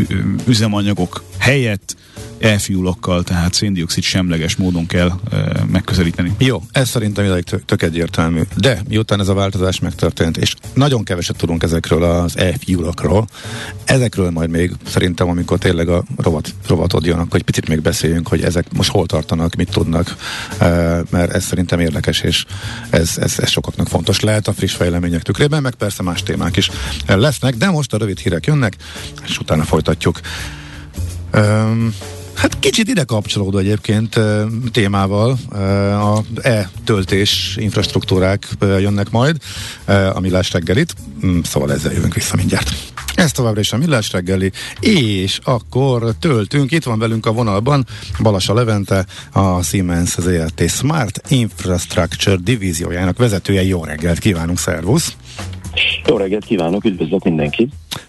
üzemanyagok helyett e-fuelokkal, tehát széndioxid semleges módon kell e, megközelíteni. Jó, ez szerintem idáig tök, tök egyértelmű. De miután ez a változás megtörtént, és nagyon keveset tudunk ezekről az e-fuelokról, ezekről majd még szerintem, amikor tényleg a rovat, rovatod jön, akkor egy picit még beszéljünk, hogy ezek most hol tartanak, mit tudnak, e, mert ez szerintem érdekes, és ez, ez, ez sokaknak fontos lehet a friss fejlemények tükrében, meg persze más témák is lesznek, de most a rövid hírek jönnek, és utána folytatjuk. Um, Hát kicsit ide kapcsolódó egyébként témával a e-töltés infrastruktúrák jönnek majd a Millás reggelit, szóval ezzel jövünk vissza mindjárt. Ez továbbra is a Millás reggeli, és akkor töltünk, itt van velünk a vonalban Balassa Levente, a Siemens zé er té Smart Infrastructure divíziójának vezetője. Jó reggelt kívánunk, szervusz! Jó reggelt kívánok, üdvözlök mindenkit!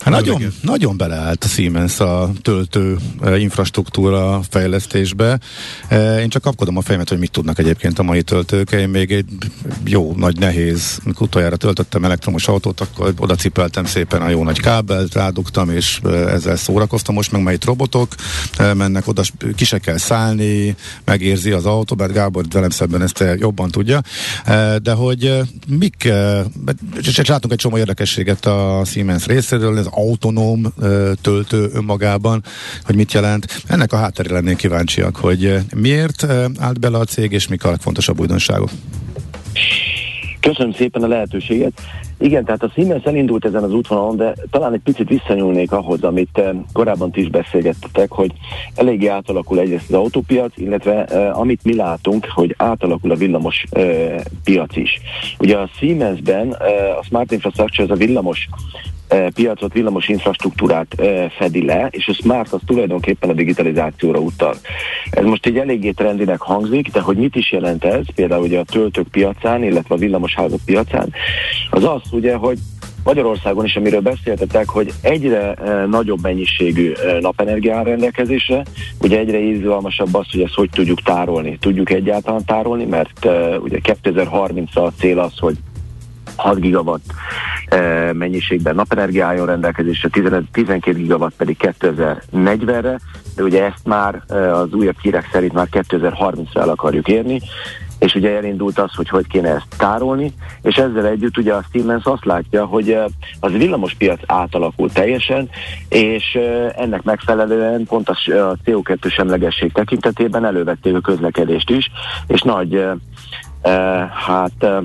Hát nagyon, nagyon beleállt a Siemens a töltő infrastruktúra fejlesztésbe. Én csak kapkodom a fejemet, hogy mit tudnak egyébként a mai töltők. Én még egy jó, nagy, nehéz, utoljára töltöttem elektromos autót, akkor oda cipeltem szépen a jó nagy kábelt, rádugtam, és ezzel szórakoztam. Most meg melyik robotok mennek oda, ki se kell szállni, megérzi az autó, bár Gábor velem szemben ezt jobban tudja. De hogy mik, csak látunk egy csomó érdekességet a Siemens részéről, ez autonóm töltő önmagában, hogy mit jelent. Ennek a hátterére lennék kíváncsiak, hogy miért állt bele a cég, és mik a legfontosabb újdonságok. Köszönöm szépen a lehetőséget. Igen, tehát a Siemens elindult ezen az útvonalon, de talán egy picit visszanyúlnék ahhoz, amit korábban ti is beszélgettetek, hogy eléggé átalakul egyrészt az autópiac, illetve uh, amit mi látunk, hogy átalakul a villamos uh, piac is. Ugye a Siemensben uh, a Smart Infrastructure, ez a villamos piacot, villamos infrastruktúrát e, fedi le, és a smart az tulajdonképpen a digitalizációra utal. Ez most egy eléggé trendinek hangzik, de hogy mit is jelent ez, például ugye a töltők piacán, illetve a villamosházak piacán, az az ugye, hogy Magyarországon is, amiről beszéltetek, hogy egyre e, nagyobb mennyiségű e, napenergia áll rendelkezésre, ugye egyre izgalmasabb az, hogy ezt hogy tudjuk tárolni. Tudjuk egyáltalán tárolni, mert e, ugye kétezer-harmincra a cél az, hogy hat gigawatt e, mennyiségben napenergia álljon rendelkezésre, tizenkét gigawatt pedig kétezer-negyvenre, de ugye ezt már e, az újabb hírek szerint már kétezer-harmincra el akarjuk érni, és ugye elindult az, hogy hogy kéne ezt tárolni, és ezzel együtt ugye a Siemens azt látja, hogy az villamospiac átalakul teljesen, és ennek megfelelően pont a cé o kettő semlegesség tekintetében elővették a közlekedést is, és nagy e, e, hát e,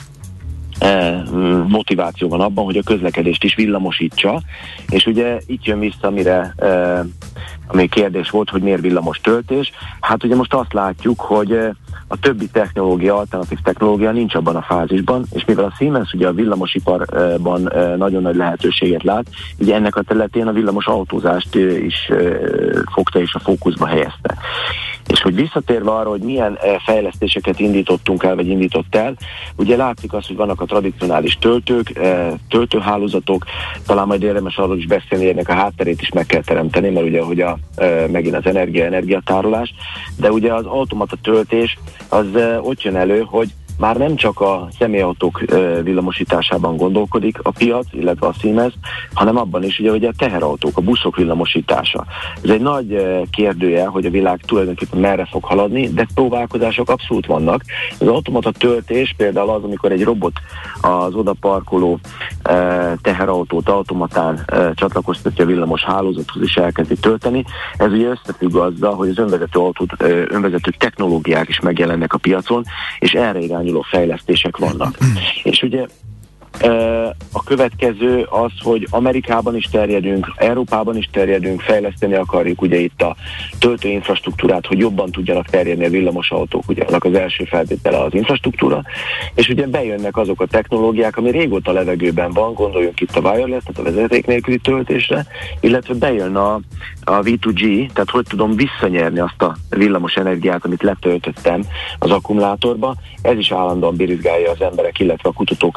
motiváció van abban, hogy a közlekedést is villamosítsa, és ugye itt jön vissza, amire ami kérdés volt, hogy miért villamos töltés. Hát ugye most azt látjuk, hogy a többi technológia, alternatív technológia nincs abban a fázisban, és mivel a Siemens ugye a villamosiparban nagyon nagy lehetőséget lát, ugye ennek a területén a villamos autózást is fogta és a fókuszba helyezte. És hogy visszatérve arra, hogy milyen fejlesztéseket indítottunk el, vagy indított el, ugye látszik azt, hogy vannak a tradicionális töltők, töltőhálózatok, talán majd érdemes arról is beszélni, ennek a hátterét is meg kell teremteni, mert ugye, hogy a, megint az energia, energiatárolás, de ugye az automata töltés az ott jön elő, hogy már nem csak a személyautók villamosításában gondolkodik a piac, illetve a Siemens, hanem abban is, ugye, hogy a teherautók, a buszok villamosítása. Ez egy nagy kérdője, hogy a világ tulajdonképpen merre fog haladni, de próbálkozások abszolút vannak. Az automata töltés például az, amikor egy robot az oda parkoló teherautót automatán csatlakoztatja a villamos hálózathoz és elkezdi tölteni. Ez ugye összefügg azzal, hogy az önvezető autót, önvezető technológiák is megjelennek a piacon, és erre irányuló fejlesztések vannak. És ugye a következő az, hogy Amerikában is terjedünk, Európában is terjedünk, fejleszteni akarjuk ugye itt a töltőinfrastruktúrát, hogy jobban tudjanak terjedni a villamosautók, ugye annak az első feltétele az infrastruktúra, és ugye bejönnek azok a technológiák, ami régóta levegőben van, gondoljunk itt a wireless, tehát a vezeték nélküli töltésre, illetve bejön a, a vé kettő gé, tehát hogy tudom visszanyerni azt a villamos energiát, amit letöltöttem az akkumulátorba. Ez is állandóan birizgálja az emberek, illetve a kutatók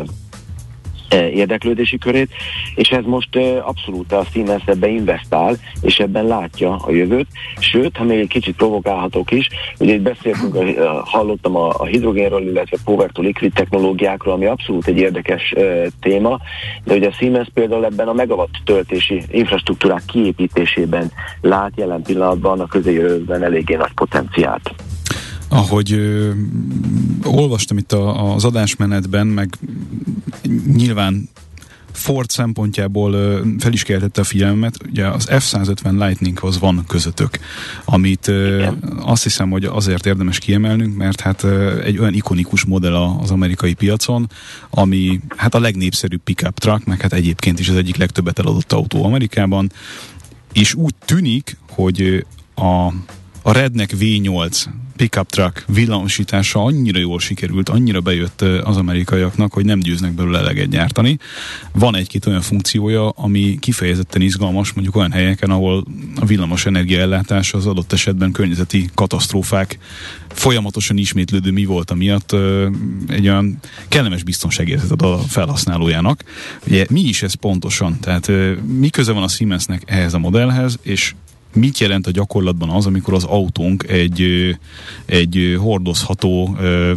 érdeklődési körét, és ez most abszolút a Siemens ebbe investál, és ebben látja a jövőt. Sőt, ha még egy kicsit provokálhatok is, ugye itt beszéltünk, hallottam a, a hidrogénről, illetve power to liquid technológiákról, ami abszolút egy érdekes uh, téma, de ugye a Siemens például ebben a megawatt töltési infrastruktúrák kiépítésében lát jelen pillanatban a közeljövőben eléggé nagy potenciált. Ahogy ö, olvastam itt a, az adásmenetben, meg nyilván Ford szempontjából ö, fel is keltette a figyelmet, ugye az F száz ötven Lightninghoz van közöttök, amit ö, azt hiszem, hogy azért érdemes kiemelnünk, mert hát ö, egy olyan ikonikus modell az amerikai piacon, ami hát a legnépszerűbb pickup truck, meg hát egyébként is az egyik legtöbbet eladott autó Amerikában, és úgy tűnik, hogy a a Redneck vé nyolc pickup truck villamosítása annyira jól sikerült, annyira bejött az amerikaiaknak, hogy nem győznek belőle eleget gyártani. Van egy-két olyan funkciója, ami kifejezetten izgalmas, mondjuk olyan helyeken, ahol a villamos energiaellátás az adott esetben környezeti katasztrófák folyamatosan ismétlődő mi volt miatt egy olyan kellemes biztonságérzet ad a felhasználójának. Ugye mi is ez pontosan? Tehát mi köze van a Siemensnek ehhez a modellhez, és mit jelent a gyakorlatban az, amikor az autónk egy, egy hordozható ö,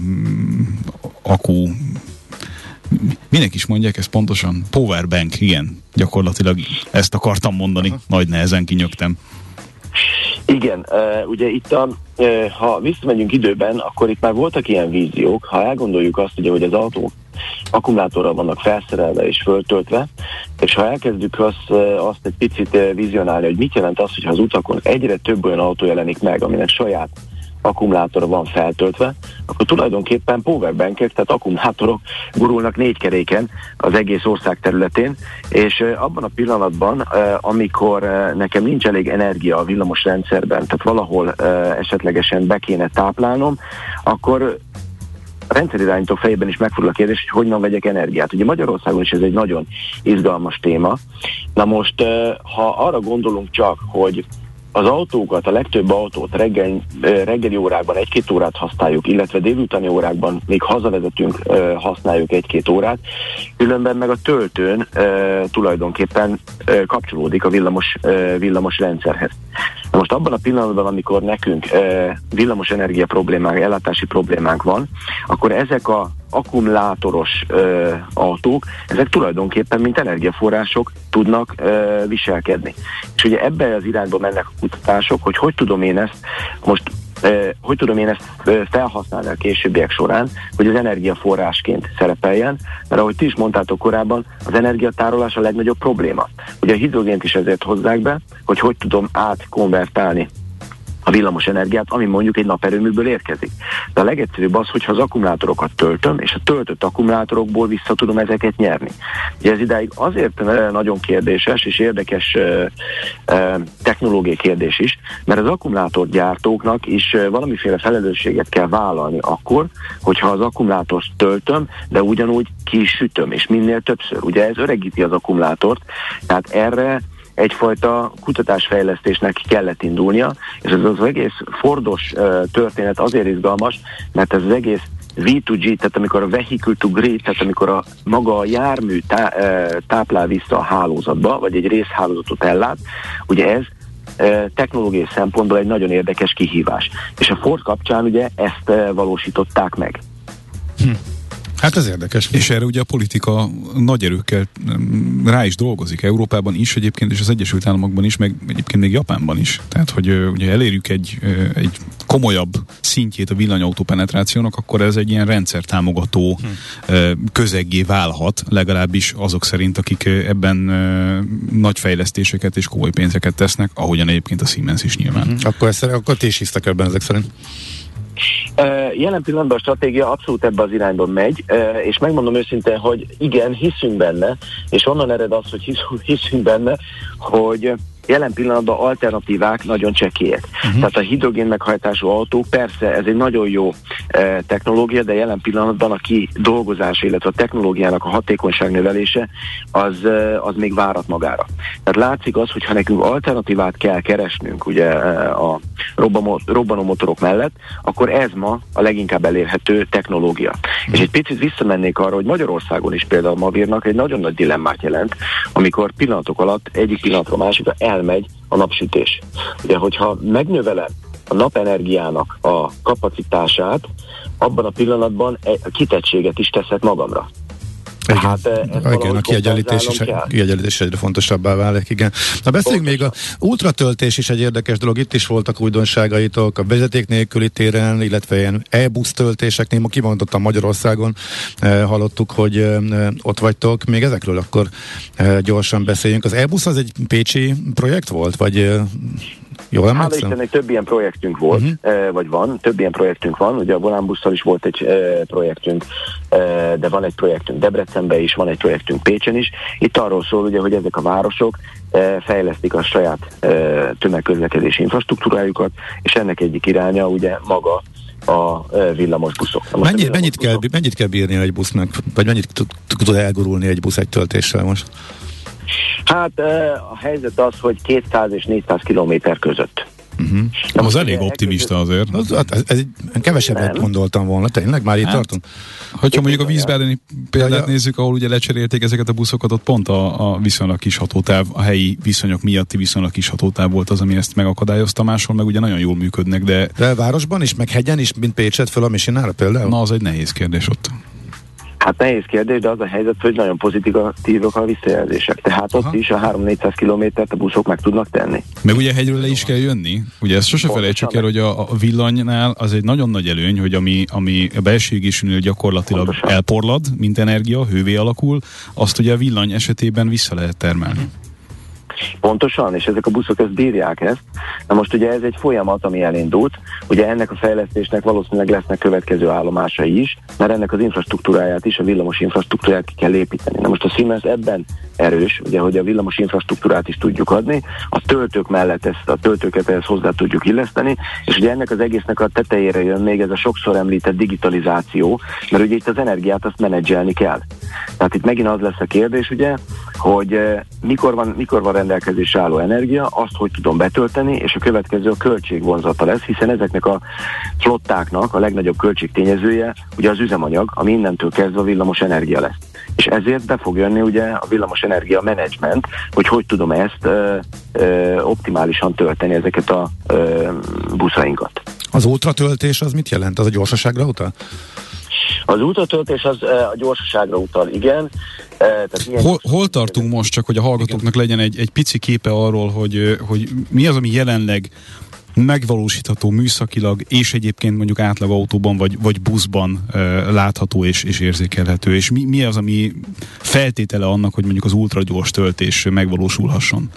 akku, minek is mondják ezt pontosan? Powerbank, igen, gyakorlatilag ezt akartam mondani, aha. Nagy nehezen kinyögtem. Igen, uh, ugye itt a, uh, ha visszamegyünk időben, akkor itt már voltak ilyen víziók, ha elgondoljuk azt, ugye, hogy az autók akkumulátorral vannak felszerelve és föltöltve, és ha elkezdjük azt, azt egy picit vizionálni, hogy mit jelent az, hogyha az utakon egyre több olyan autó jelenik meg, aminek saját akkumulátora van feltöltve, akkor tulajdonképpen powerbankek, tehát akkumulátorok gurulnak négy keréken az egész ország területén, és abban a pillanatban, amikor nekem nincs elég energia a villamos rendszerben, tehát valahol esetlegesen be kéne táplálnom, akkor a rendszerirányító fejében is megfordul a kérdés, hogy honnan vegyek energiát. Ugye Magyarországon is ez egy nagyon izgalmas téma. Na most, ha arra gondolunk csak, hogy az autókat, a legtöbb autót reggel, reggeli órákban egy-két órát használjuk, illetve délutáni órákban még hazavezetünk, használjuk egy-két órát, különben meg a töltőn tulajdonképpen kapcsolódik a villamos, villamos rendszerhez. Na most abban a pillanatban, amikor nekünk villamos energia problémánk, ellátási problémánk van, akkor ezek a akkumulátoros ö, autók, ezek tulajdonképpen mint energiaforrások tudnak ö, viselkedni. És ugye ebben az irányba mennek a kutatások, hogy hogy tudom én ezt most ö, hogy tudom én ezt ö, felhasználni a későbbiek során, hogy az energiaforrásként szerepeljen, mert ahogy ti is mondtátok korábban, az energiatárolás a legnagyobb probléma. Ugye a hidrogént is ezért hozzák be, hogy hogy tudom átkonvertálni a villamos energiát, ami mondjuk egy naperőműből érkezik. De a legegyszerűbb az, hogyha az akkumulátorokat töltöm, és a töltött akkumulátorokból vissza tudom ezeket nyerni. Ugye ez idáig azért nagyon kérdéses és érdekes uh, uh, technológiai kérdés is, mert az akkumulátorgyártóknak is uh, valamiféle felelősséget kell vállalni akkor, hogyha az akkumulátort töltöm, de ugyanúgy ki is sütöm, és minél többször. Ugye ez öregíti az akkumulátort, tehát erre egyfajta kutatásfejlesztésnek kellett indulnia, és ez az egész Fordos uh, történet azért izgalmas, mert ez az egész vé kettő gé, tehát amikor a vehicle to grid, tehát amikor a maga a jármű tá, uh, táplál vissza a hálózatba, vagy egy részhálózatot ellát, ugye ez uh, technológiai szempontból egy nagyon érdekes kihívás. És a Ford kapcsán ugye ezt uh, valósították meg. Hm. Hát ez érdekes. És erre ugye a politika nagy erőkkel rá is dolgozik, Európában is egyébként, és az Egyesült Államokban is, meg egyébként még Japánban is. Tehát, hogy ugye elérjük egy, egy komolyabb szintjét a villanyautó penetrációnak, akkor ez egy ilyen rendszertámogató hmm. közeggé válhat, legalábbis azok szerint, akik ebben nagy fejlesztéseket és komoly pénzeket tesznek, ahogyan egyébként a Siemens is nyilván. Hmm. Akkor, ezt, akkor ti is hisztek ebben ezek szerint? Uh, jelen pillanatban a stratégia abszolút ebbe az irányban megy, uh, és megmondom őszintén, hogy igen, hiszünk benne, és onnan ered az, hogy hiszünk, hiszünk benne, hogy jelen pillanatban alternatívák nagyon csekélyek. Uh-huh. Tehát a hidrogén meghajtású autó, persze ez egy nagyon jó e, technológia, de jelen pillanatban a kidolgozása, illetve a technológiának a hatékonyság növelése az, e, az még várat magára. Tehát látszik az, hogy ha nekünk alternatívát kell keresnünk ugye a robbanó motorok mellett, akkor ez ma a leginkább elérhető technológia. Uh-huh. És egy picit visszamennék arra, hogy Magyarországon is például Mavirnak egy nagyon nagy dilemmát jelent, amikor pillanatok alatt egyik pillanatra másikra elmegy a napsütés. Ugye, hogyha megnövelem a napenergiának a kapacitását, abban a pillanatban a kitettséget is teszek magamra. Igen, hát, igen a kiegyenlítés is, kiegyenlítés egyre fontosabbá válik, igen. Na beszéljünk még, a ultratöltés is egy érdekes dolog, itt is voltak újdonságaitok, a vezeték nélküli téren, illetve ilyen e-busz töltéseknél, ma kimondottan Magyarországon eh, hallottuk, hogy eh, ott vagytok, még ezekről akkor eh, gyorsan beszéljünk. Az e-busz az egy pécsi projekt volt, vagy... Eh, Jól Hála emlékszem? Istennek több ilyen projektünk volt, uh-huh. vagy van, több ilyen projektünk van, ugye a Volánbusszal is volt egy e, projektünk, e, de van egy projektünk Debrecenben is, van egy projektünk Pécsen is. Itt arról szól ugye, hogy ezek a városok e, fejlesztik a saját e, tömegközlekedési infrastruktúrájukat, és ennek egyik iránya ugye maga a villamos buszok. Mennyi, villamos mennyit, buszok. Kell, mennyit kell bírni egy busznak, vagy mennyit tud, tud elgurulni egy busz egy töltéssel most? Hát a helyzet az, hogy kétszáz és négyszáz kilométer között. Uh-huh. Na, az elég optimista azért. Az, ez, ez kevesebbet nem. gondoltam volna, tényleg már itt hát, tartunk. Hogyha mondjuk a vízbádeni példát ja, nézzük, ahol ugye lecserélték ezeket a buszokat, ott pont a, a viszonylag kis hatótáv, a helyi viszonyok miatti viszonylag kis hatótáv volt az, ami ezt megakadályozta, máshol meg ugye nagyon jól működnek, de... De városban is, meg hegyen is, mint Pécset föl a Misinára például? Na, az egy nehéz kérdés ott. Hát nehéz kérdés, de az a helyzet, hogy nagyon pozitívak a visszajelzések. Tehát Aha. ott is a három-négyszáz kilométert a buszok meg tudnak tenni. Meg ugye hegyről le is kell jönni. Ugye ezt sose felejtsük el, hogy a, a villanynál az egy nagyon nagy előny, hogy ami, ami a belső égésűnél gyakorlatilag Pontosan. elporlad, mint energia, hővé alakul, azt ugye a villany esetében vissza lehet termelni. Pontosan, és ezek a buszok ezt bírják ezt. Na most ugye ez egy folyamat, ami elindult. Ugye ennek a fejlesztésnek valószínűleg lesznek következő állomásai is, mert ennek az infrastruktúráját is, a villamos infrastruktúrát ki kell építeni. Na most a Siemens ebben erős, ugye, hogy a villamos infrastruktúrát is tudjuk adni, a töltők mellett ezt, a töltőket ehhez hozzá tudjuk illeszteni, és ugye ennek az egésznek a tetejére jön még ez a sokszor említett digitalizáció, mert ugye itt az energiát azt menedzselni kell. Tehát itt megint az lesz a kérdés, ugye, hogy eh, mikor van, mikor van rendelkezésre álló energia, azt hogy tudom betölteni, és a következő a költségvonzata lesz, hiszen ezeknek a flottáknak a legnagyobb költségtényezője ugye az üzemanyag, ami innentől kezdve a villamos energia lesz. És ezért be fog jönni ugye a villamos energia menedzsment, hogy hogy tudom ezt ö, ö, optimálisan tölteni ezeket a ö, buszainkat. Az ultratöltés az mit jelent? Az a gyorsaságra utal? Az ultratöltés az a gyorsaságra utal, igen. Tehát hol, hol tartunk most, csak hogy a hallgatóknak legyen egy, egy pici képe arról, hogy, hogy mi az, ami jelenleg megvalósítható műszakilag, és egyébként mondjuk átlag autóban vagy, vagy buszban e, látható és, és érzékelhető, és mi, mi az, ami feltétele annak, hogy mondjuk az ultragyors töltés megvalósulhasson?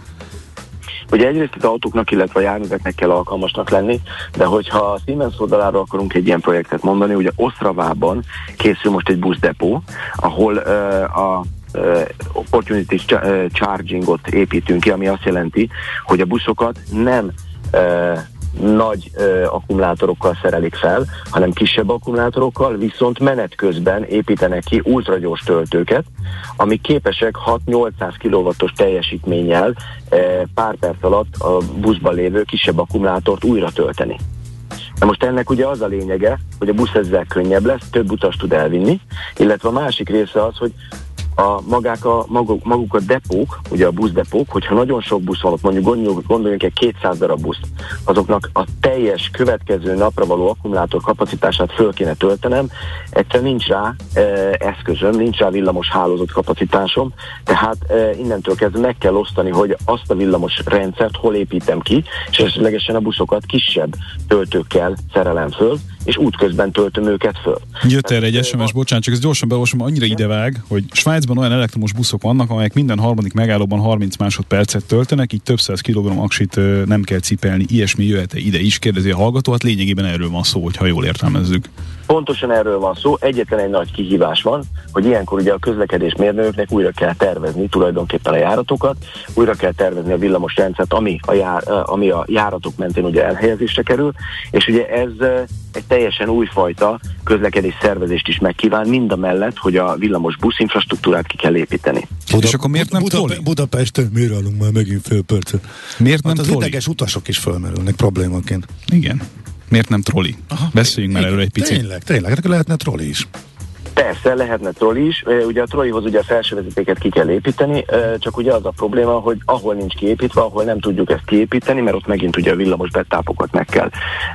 Ugye egyrészt az autóknak, illetve a járműveknek kell alkalmasnak lenni, de hogyha a Siemens oldaláról akarunk egy ilyen projektet mondani, ugye Ostravában készül most egy buszdepó, ahol uh, a uh, Opportunity Chargingot építünk ki, ami azt jelenti, hogy a buszokat nem uh, nagy uh, akkumulátorokkal szerelik fel, hanem kisebb akkumulátorokkal, viszont menet közben építenek ki ultragyors töltőket, amik képesek hat-nyolcszáz kilowattos teljesítménnyel uh, pár perc alatt a buszban lévő kisebb akkumulátort újra tölteni. Na most ennek ugye az a lényege, hogy a busz ezzel könnyebb lesz, több utas tud elvinni, illetve a másik része az, hogy a magák a maguk, maguk a depók, ugye a buszdepók, hogyha nagyon sok busz van, ott mondjuk gondoljunk, gondoljunk egy kétszáz darab buszt, azoknak a teljes következő napra való akkumulátor kapacitását föl kéne töltenem, egyszerűen nincs rá e, eszközöm, nincs rá villamos hálózat kapacitásom, tehát e, innentől kezdve meg kell osztani, hogy azt a villamos rendszert hol építem ki, és esetlegesen a buszokat kisebb töltőkkel szerelem föl, és útközben töltöm őket föl. Jött erre egy es em es, bocsánat, csak ezt gyorsan beolvasom, annyira idevág, hogy Svájcban olyan elektromos buszok vannak, amelyek minden harmadik megállóban harminc másodpercet töltenek, így több száz kilogramm aksit ö, nem kell cipelni, ilyesmi jöhet-e ide is, kérdezi a hallgató, hát lényegében erről van szó, hogyha jól értelmezzük. Pontosan erről van szó, egyetlen egy nagy kihívás van, hogy ilyenkor ugye a közlekedésmérnöknek újra kell tervezni tulajdonképpen a járatokat, újra kell tervezni a villamos rendszert, ami a, jár, ami a járatok mentén ugye elhelyezésre kerül, és ugye ez egy teljesen újfajta közlekedés szervezést is megkíván, mind a mellett, hogy a villamos buszinfrastruktúrát ki kell építeni. Buda, és akkor miért nem Buda, troli? Budapesten miért állunk már megint fél percet? Miért nem hát az troli? ideges utasok is fölmerülnek problémaként. Igen. Miért nem troli? Aha. Beszéljünk már erről egy picit. Tényleg, tényleg, hát lehetne troli is. Persze, lehetne troli is. Ugye a trolihoz ugye a felső vezetéket ki kell építeni, csak ugye az a probléma, hogy ahol nincs kiépítve, ahol nem tudjuk ezt kiépíteni, mert ott megint ugye a villamos betápokat meg kell,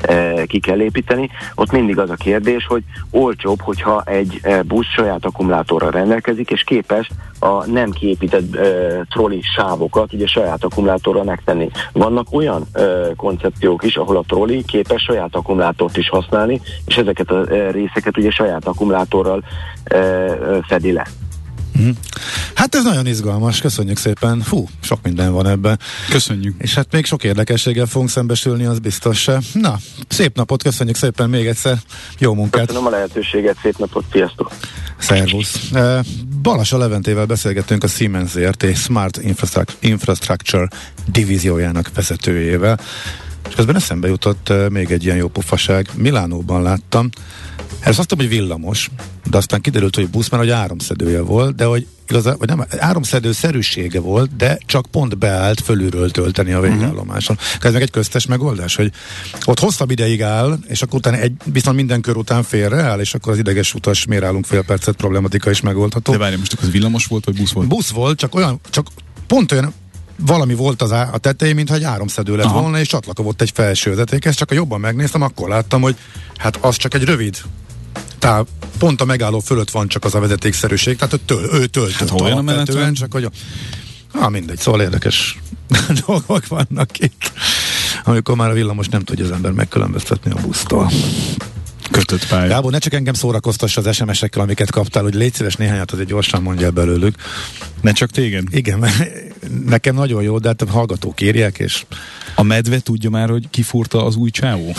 ki kell építeni. Ott mindig az a kérdés, hogy olcsóbb, hogyha egy busz saját akkumulátorral rendelkezik, és képes a nem kiépített troli sávokat ugye saját akkumulátorral megtenni. Vannak olyan koncepciók is, ahol a troli képes saját akkumulátort is használni, és ezeket a részeket ugye saját akkumulátorral fedi le. Uh-huh. Hát ez nagyon izgalmas, köszönjük szépen. Fú, sok minden van ebben. Köszönjük. És hát még sok érdekességgel fogunk szembesülni, az biztos. Na, szép napot, köszönjük szépen még egyszer. Jó munkát. Köszönöm a lehetőséget, szép napot, sziasztok. Szervusz. Balassa Leventével beszélgettünk a Siemens zé er té Smart Infrastructure divíziójának vezetőjével. És közben eszembe jutott még egy ilyen jó pufaság. Milánóban láttam. Ez azt mondom, hogy villamos, de aztán kiderült, hogy busz, mert hogy áramszedője volt, de hogy igazán, vagy nem, áramszedő szerűsége volt, de csak pont beállt fölülről tölteni a végállomáson. Uh-huh. Ez meg egy köztes megoldás, hogy ott hosszabb ideig áll, és akkor utána egy, viszont minden kör után félreáll, és akkor az ideges utas miért állunk fél percet problematika is megoldható. De várj, most az villamos volt, vagy busz volt? Busz volt, csak olyan, csak pont olyan valami volt az á, a tetején, mintha egy áramszedő lett Aha. volna, és csatlakozott egy felső vezetékhez, csak a jobban megnéztem, akkor láttam, hogy hát az csak egy rövid táv, pont a megálló fölött van csak az a vezetékszerűség, tehát töl, ő töltött hát, alapvetően, csak hogy a, ah, mindegy, szóval érdekes dolgok vannak itt, amikor már a villamos nem tudja az ember megkülönböztetni a busztól. Kötött pálya. Gábor, ne csak engem szórakoztass az es em es-ekkel, amiket kaptál, hogy légy szíves néhányat azért gyorsan mondjál belőlük. Ne csak téged? Igen, mert nekem nagyon jó, de hát a hallgatók írják, és... A medve tudja már, hogy kifúrta az új csávó?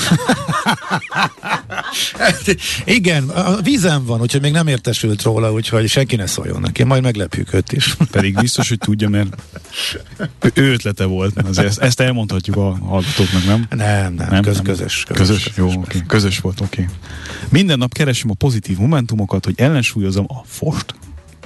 Igen, a vízen van, úgyhogy még nem értesült róla, úgyhogy senki ne szóljon neki, majd meglepjük őt is. Pedig biztos, hogy tudja, mert ő ötlete volt. Azért ezt, ezt elmondhatjuk a hallgatóknak, nem? Nem, nem, nem? Köz, nem. Közös, közös. Közös, közös, jó, közös, oké. Közös volt, oké. Okay. Minden nap keresem a pozitív momentumokat, hogy ellensúlyozom a fost.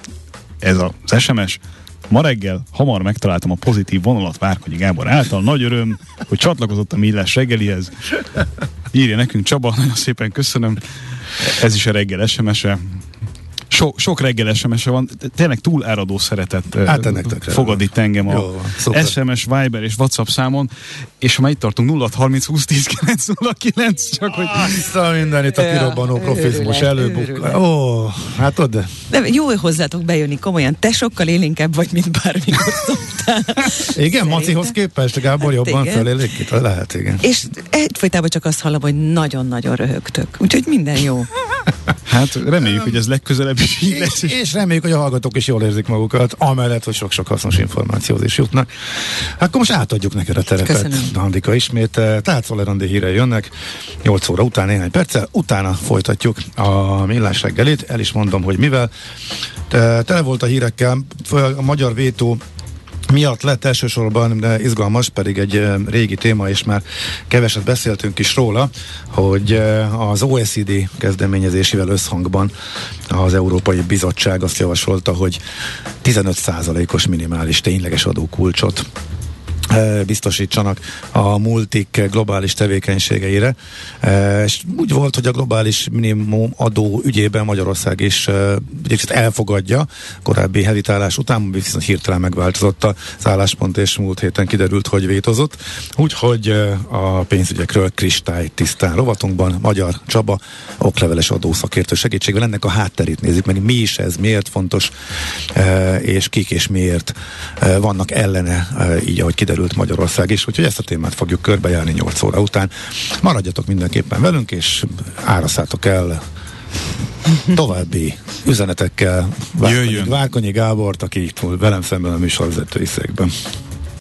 Ez az es em es. Ma reggel hamar megtaláltam a pozitív vonalat Várkonyi Gábor által. Nagy öröm, hogy csatlakozott a Millás reggelihez. Írja nekünk Csaba, nagyon szépen köszönöm. Ez is a reggel es em es-e. So, sok reggel es em es-e van, tényleg túl áradó szeretet hát fogad itt engem a jó, es em es, Viber és WhatsApp számon, és ha már itt tartunk nulla harminc húsz tíz kilenc nulla kilenc, csak hogy... Azt a mindenit a kirobbanó profizmus előbuk. Ó, hát oda. De jó, hogy hozzátok bejönni, komolyan. Te sokkal élénkebb vagy, mint bármikor szoktál. Igen, Macihoz képest, Gábor jobban felélénkít, lehet, igen. És egyfolytában csak azt hallom, hogy nagyon-nagyon röhögtök. Úgyhogy minden jó. Hát reméljük, hogy ez legközelebb is így lesz. És, és reméljük, hogy a hallgatók is jól érzik magukat, amellett, hogy sok-sok hasznos információhoz is jutnak. Akkor most átadjuk neked a terepet. Köszönöm. Andika ismét. Tehát Szoller Andi hírei jönnek nyolc óra után néhány perccel, utána folytatjuk a Millás reggelit. El is mondom, hogy mivel. Tele volt a hírekkel, a magyar vétó miatt lett elsősorban, de izgalmas, pedig egy régi téma, és már keveset beszéltünk is róla, hogy az o e cé dé kezdeményezésével összhangban az Európai Bizottság azt javasolta, hogy tizenöt százalékos minimális tényleges adókulcsot biztosítsanak a multik globális tevékenységeire. És úgy volt, hogy a globális minimum adó ügyében Magyarország is elfogadja korábbi hezitálás után, viszont hirtelen megváltozott az álláspont, és múlt héten kiderült, hogy vétozott. Úgyhogy a pénzügyekről kristály tisztán rovatunkban Magyar Csaba, okleveles adószakértő segítségével ennek a hátterét nézzük meg, mi is ez, miért fontos, és kik és miért vannak ellene, így ahogy kiderült Magyarország is, úgyhogy ezt a témát fogjuk körbejárni nyolc óra után. Maradjatok mindenképpen velünk, és áraszátok el további üzenetekkel Várkonyi, Várkonyi Gábort, aki itt volt velem szemben a műsorvezetői székben.